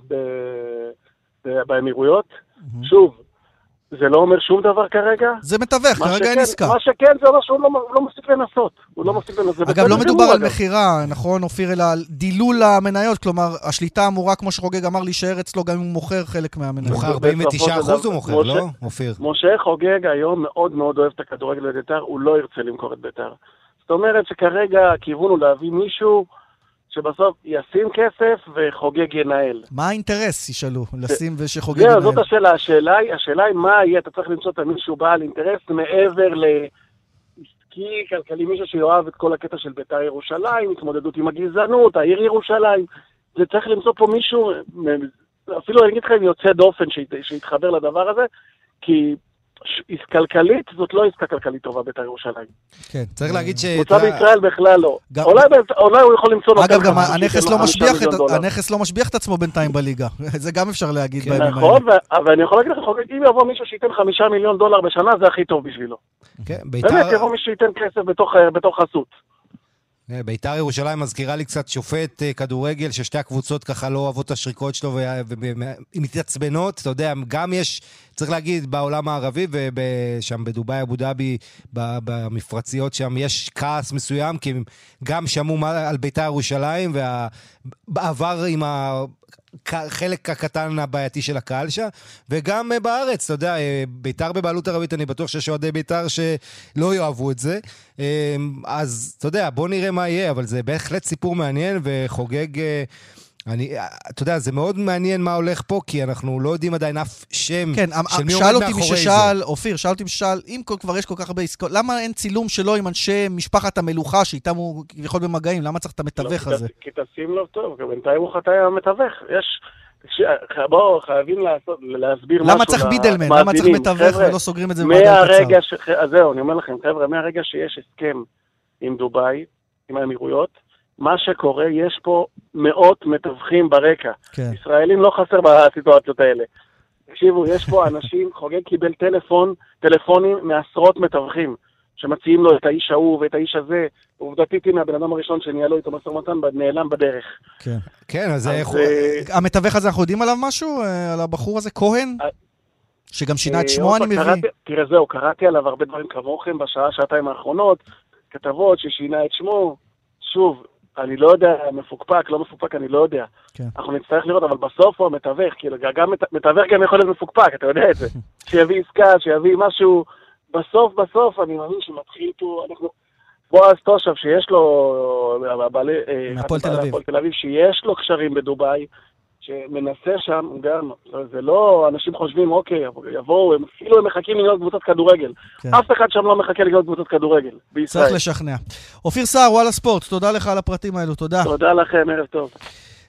באמירויות. שוב, זה לא אומר שום דבר כרגע. זה מתווך, כרגע אין עסקה. מה שכן, זה אומר שהוא לא מפסיק לנסות. הוא לא מפסיק לנסות. אגב, לא מדובר על מחירה, נכון, אופיר, אלא על דילול המניות, כלומר, השליטה אמורה, כמו שחוגג אמר, להישאר אצלו גם אם הוא מוכר חלק מהמניות. מוכר 49% הוא מוכר, לא, אופיר? משה חוגג היום מאוד מאוד אוהב את הכדורגל בבית"ר, הוא לא ירצה למכור את בית"ר. זאת אומרת שכרגע הכיוון הוא להביא מישהו שבסוף ישים כסף וחוגג ינהל. מה האינטרס, ישאלו, לשים ושחוגג ינהל? זאת השאלה. השאלה היא מה יהיה, אתה צריך למצוא את מישהו בעל אינטרס מעבר לעסקי, כלכלי, מישהו שיואב את כל הקטע של בית"ר ירושלים, התמודדות עם הגזענות, העיר ירושלים. זה צריך למצוא פה מישהו, אפילו אני אגיד לך אם יוצא דופן שיתחבר לדבר הזה, כי כלכלית, זאת לא עסקה כלכלית טובה בית"ר ירושלים. כן, צריך להגיד קבוצה בישראל בכלל לא. אולי הוא יכול למצוא... אגב, גם הנכס לא משביח את עצמו בינתיים בליגה. זה גם אפשר להגיד בימים האלה. נכון, אבל אני יכול להגיד לך, אם יבוא מישהו שייתן $5 מיליון בשנה, זה הכי טוב בשבילו. באמת, יבוא מישהו שייתן כסף בתוך חסות. בית"ר ירושלים מזכירה לי קצת שופט כדורגל ששתי הקבוצות ככה לא אוהבות את השריקות שלו ומתעצבנות, אתה יודע, גם יש, צריך להגיד, בעולם הערבי ושם בדובאי, אבו דאבי, במפרציות שם יש כעס מסוים, כי הם גם שמעו על בית"ר ירושלים והעבר עם חלק הקטן הבעייתי של הקהל שם, וגם בארץ, אתה יודע, בית"ר בבעלות ערבית, אני בטוח שיש אוהדי בית"ר שלא יאהבו את זה, אז אתה יודע, בוא נראה מה יהיה, אבל זה בהחלט סיפור מעניין, וחוגג, אתה יודע, זה מאוד מעניין מה הולך פה, כי אנחנו לא יודעים עדיין אף שם של מי עומד מאחורי זה. אופיר, שאל אותי ששאל, אם כבר יש כל כך הרבה עסקאות, למה אין צילום שלו עם אנשי משפחת המלוכה, שאיתם הוא כביכול במגעים, למה צריך את המתווך הזה? כי תשים לו טוב, בינתיים הוא חטא המתווך, בואו, חייבים להסביר משהו. למה צריך בידלמן? למה צריך מתווך ולא סוגרים את זה בוועדה קצר? אז זהו, אני אומר לכם, חבר'ה, מהרגע שיש הסכם עם דובאי, עם האמירויות, מה שקורה, יש פה מאות מתווכים ברקע. ישראלים לא חסר בסיטואציות האלה. תקשיבו, יש פה אנשים, חוגג קיבל טלפונים מעשרות מתווכים, שמציעים לו את האיש ההוא ואת האיש הזה. עובדתית, הנה, הבן אדם הראשון שניהלו איתו משא ומתן, נעלם בדרך. כן, אז המתווך הזה, אנחנו יודעים עליו משהו? על הבחור הזה, כהן? שגם שינה את שמו, אני מביא. תראה, זהו, קראתי עליו הרבה דברים כמוכם שעתיים האחרונות, כתבות ששינה את שמו. שוב, אני לא יודע, מפוקפק, לא מפוקפק, אני לא יודע. אנחנו נצטרך לראות, אבל בסוף הוא המתווך, כאילו, גם מתווך גם יכול להיות מפוקפק, אתה יודע את זה. שיביא עסקה, שיביא משהו, בסוף, אני מאמין שמתחיל פה, בועז תושב, שיש לו, מהפועל תל אביב, שיש לו קשרים בדובאי, שמנסה שם גם, זה לא, אנשים חושבים, אוקיי, יבואו, אפילו הם מחכים להיות קבוצת כדורגל. אף אחד שם לא מחכה להיות קבוצת כדורגל בישראל. צריך לשכנע. אופיר סער, וואלה ספורט, תודה לך על הפרטים האלו, תודה. תודה לכם, ערב טוב.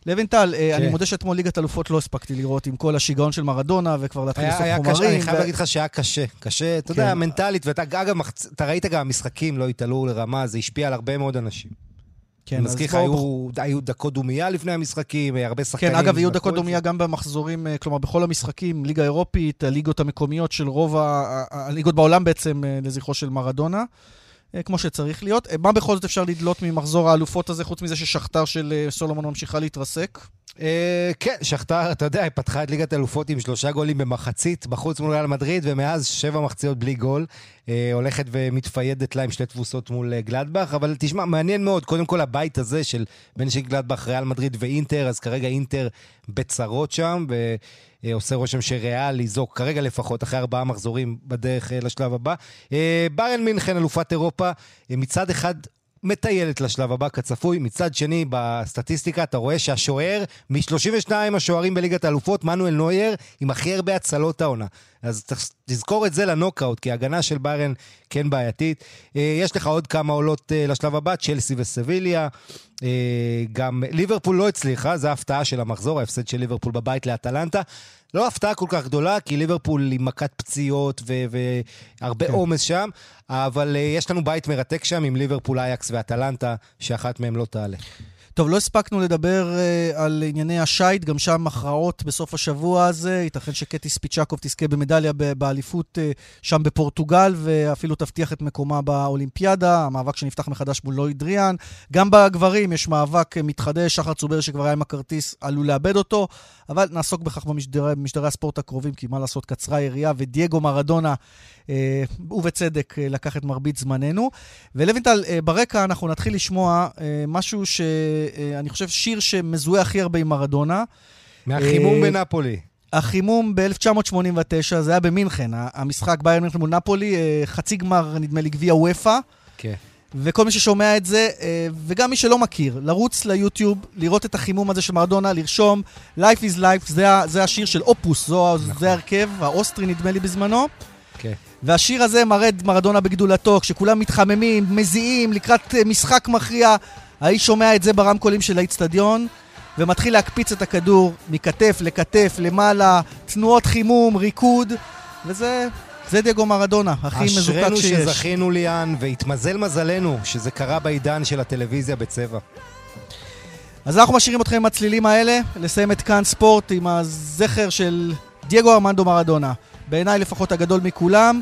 לוינטל, אני מודה שאתמול ליגת אלופות לא הספקתי לראות עם כל השיגעון של מרדונה, וכבר להתחיל לסוף חומרים. אני חייב להגיד לך שהיה קשה, אתה יודע, מנטלית, ואתה ראית גם המשחקים לא התעלו לרמה, זה השפיע על הרבה מאוד אנשים. אני מזכיר לך, היו דקות דומיה לפני המשחקים, הרבה שחקנים. כן, אגב, היו דקות דומיה גם במחזורים, כלומר, בכל המשחקים, ליגה אירופית, הליגות המקומיות של רוב הליגות בעולם בעצם, לזכרו של מרדונה, כמו שצריך להיות. מה בכל זאת אפשר לדלות ממחזור האלופות הזה, חוץ מזה ששכתר של סולומון ממשיכה להתרסק? כן, שכתר, אתה יודע, היא פתחה את ליגת אלופות עם 3 גולים במחצית, בחוץ מול ריאל מדריד, ומאז 7 מחציות בלי גול, הולכת ומתפיידת לה עם 2 תבוסות מול גלדבך, אבל תשמע, מעניין מאוד, קודם כל הבית הזה של בין גלדבך, ריאל מדריד ואינטר, אז כרגע אינטר בצרות שם, ועושה רושם שריאל יזוק, כרגע לפחות, אחרי 4 מחזורים בדרך לשלב הבא. ביירן מינכן, אלופת אירופה, מצד אחד מטיילת לשלב הבא כצפוי, מצד שני בסטטיסטיקה אתה רואה שהשוער מ-32 השוערים בליגת האלופות, מנואל נוייר, עם הכי הרבה הצלות העונה. אז תזכור את זה לנוקאוט, כי ההגנה של ביירן כן בעייתית. יש לך עוד כמה עולות לשלב הבא, צ'לסי וסביליה, גם ליברפול לא הצליחה, זה ההפתעה של המחזור, ההפסד של ליברפול בבית לאטלנטה. לא הפתעה כל כך גדולה, כי ליברפול עם מכת פציעות והרבה עומס שם, אבל יש לנו בית מרתק שם עם ליברפול, אייקס ואטלנטה, שאחת מהם לא תעלה. טוב, לא הספקנו לדבר על ענייני השייט, גם שם הכרעות בסוף השבוע הזה, ייתכן שקטי ספיצ'קוב תזכה במדליה באליפות שם בפורטוגל, ואפילו תבטיח את מקומה באולימפיאדה, המאבק שנפתח מחדש מול לואי דריאן. גם בגברים יש מאבק מתחדש, שחר צובר שכבר היה עם הכרטיס עלול לאבד אותו, אבל נעסוק בכך במשדרי הספורט הקרובים, כי מה לעשות, קצרה ירייה, ודייגו מרדונה, ובצדק לקח את מרבית זמננו. ולוינטל, ברקע אנחנו נתחיל לשמוע משהו שאני חושב שיר שמזוהה הכי הרבה עם מרדונה. מהחימום בנפולי. החימום ב-1989, זה היה במינכן, המשחק ביירן מינכן מול נפולי, חצי גמר נדמה לי גביע וופא. כן. וכל מי ששומע את זה, וגם מי שלא מכיר, לרוץ ליוטיוב, לראות את החימום הזה של מרדונה, לרשום Life is Life, זה השיר של אופוס, זה הרכב, האוסטרי נדמה לי בזמנו. כן. והשיר הזה מראה את מרדונה בגדולתו, כשכולם מתחממים, מזיעים, לקראת משחק מכריע, האיש שומע את זה ברמקולים של האצטדיון, ומתחיל להקפיץ את הכדור מכתף לכתף, למעלה, תנועות חימום, ריקוד, וזה דייגו מרדונה, הכי מזוקק שיש. אשרנו שזכינו ליאן, והתמזל מזלנו שזה קרה בעידן של הטלוויזיה בצבע. אז אנחנו משאירים אתכם עם הצלילים האלה, לסיים את כאן ספורט עם הזכר של דייגו ארמנדו מרדונה. בעיניי לפחות הגדול מכולם,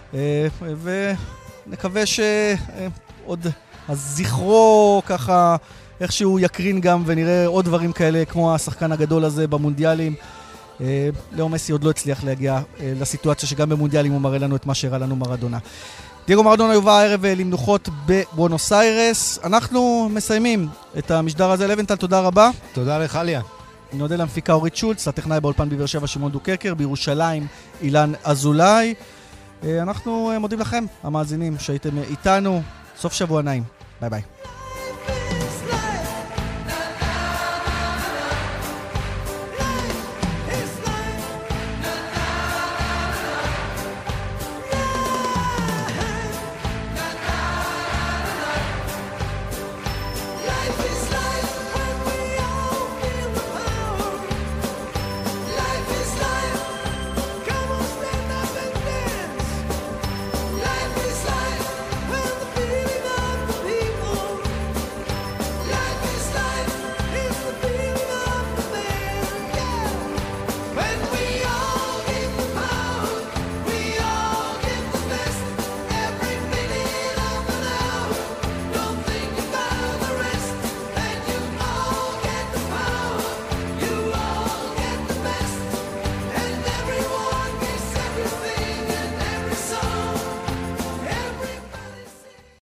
ונקווה שעוד הזכרו ככה איכשהו יקרין גם, ונראה עוד דברים כאלה כמו השחקן הגדול הזה במונדיאלים. לאו מסי עוד לא הצליח להגיע לסיטואציה שגם במונדיאלים הוא מראה לנו את מה שהראה לנו מרדונה. דייגו מרדונה יובא הערב למנוחות בבואנוס איירס. אנחנו מסיימים את המשדר הזה. לוינטל, תודה רבה. תודה לך, ליה. אני נודה למפיקה אורית שולץ, לטכנאי באולפן בבאר שבע שמעון דוקקר, בירושלים אילן אזולאי. אנחנו מודים לכם, המאזינים שהייתם איתנו. סוף שבוע נעים. ביי ביי.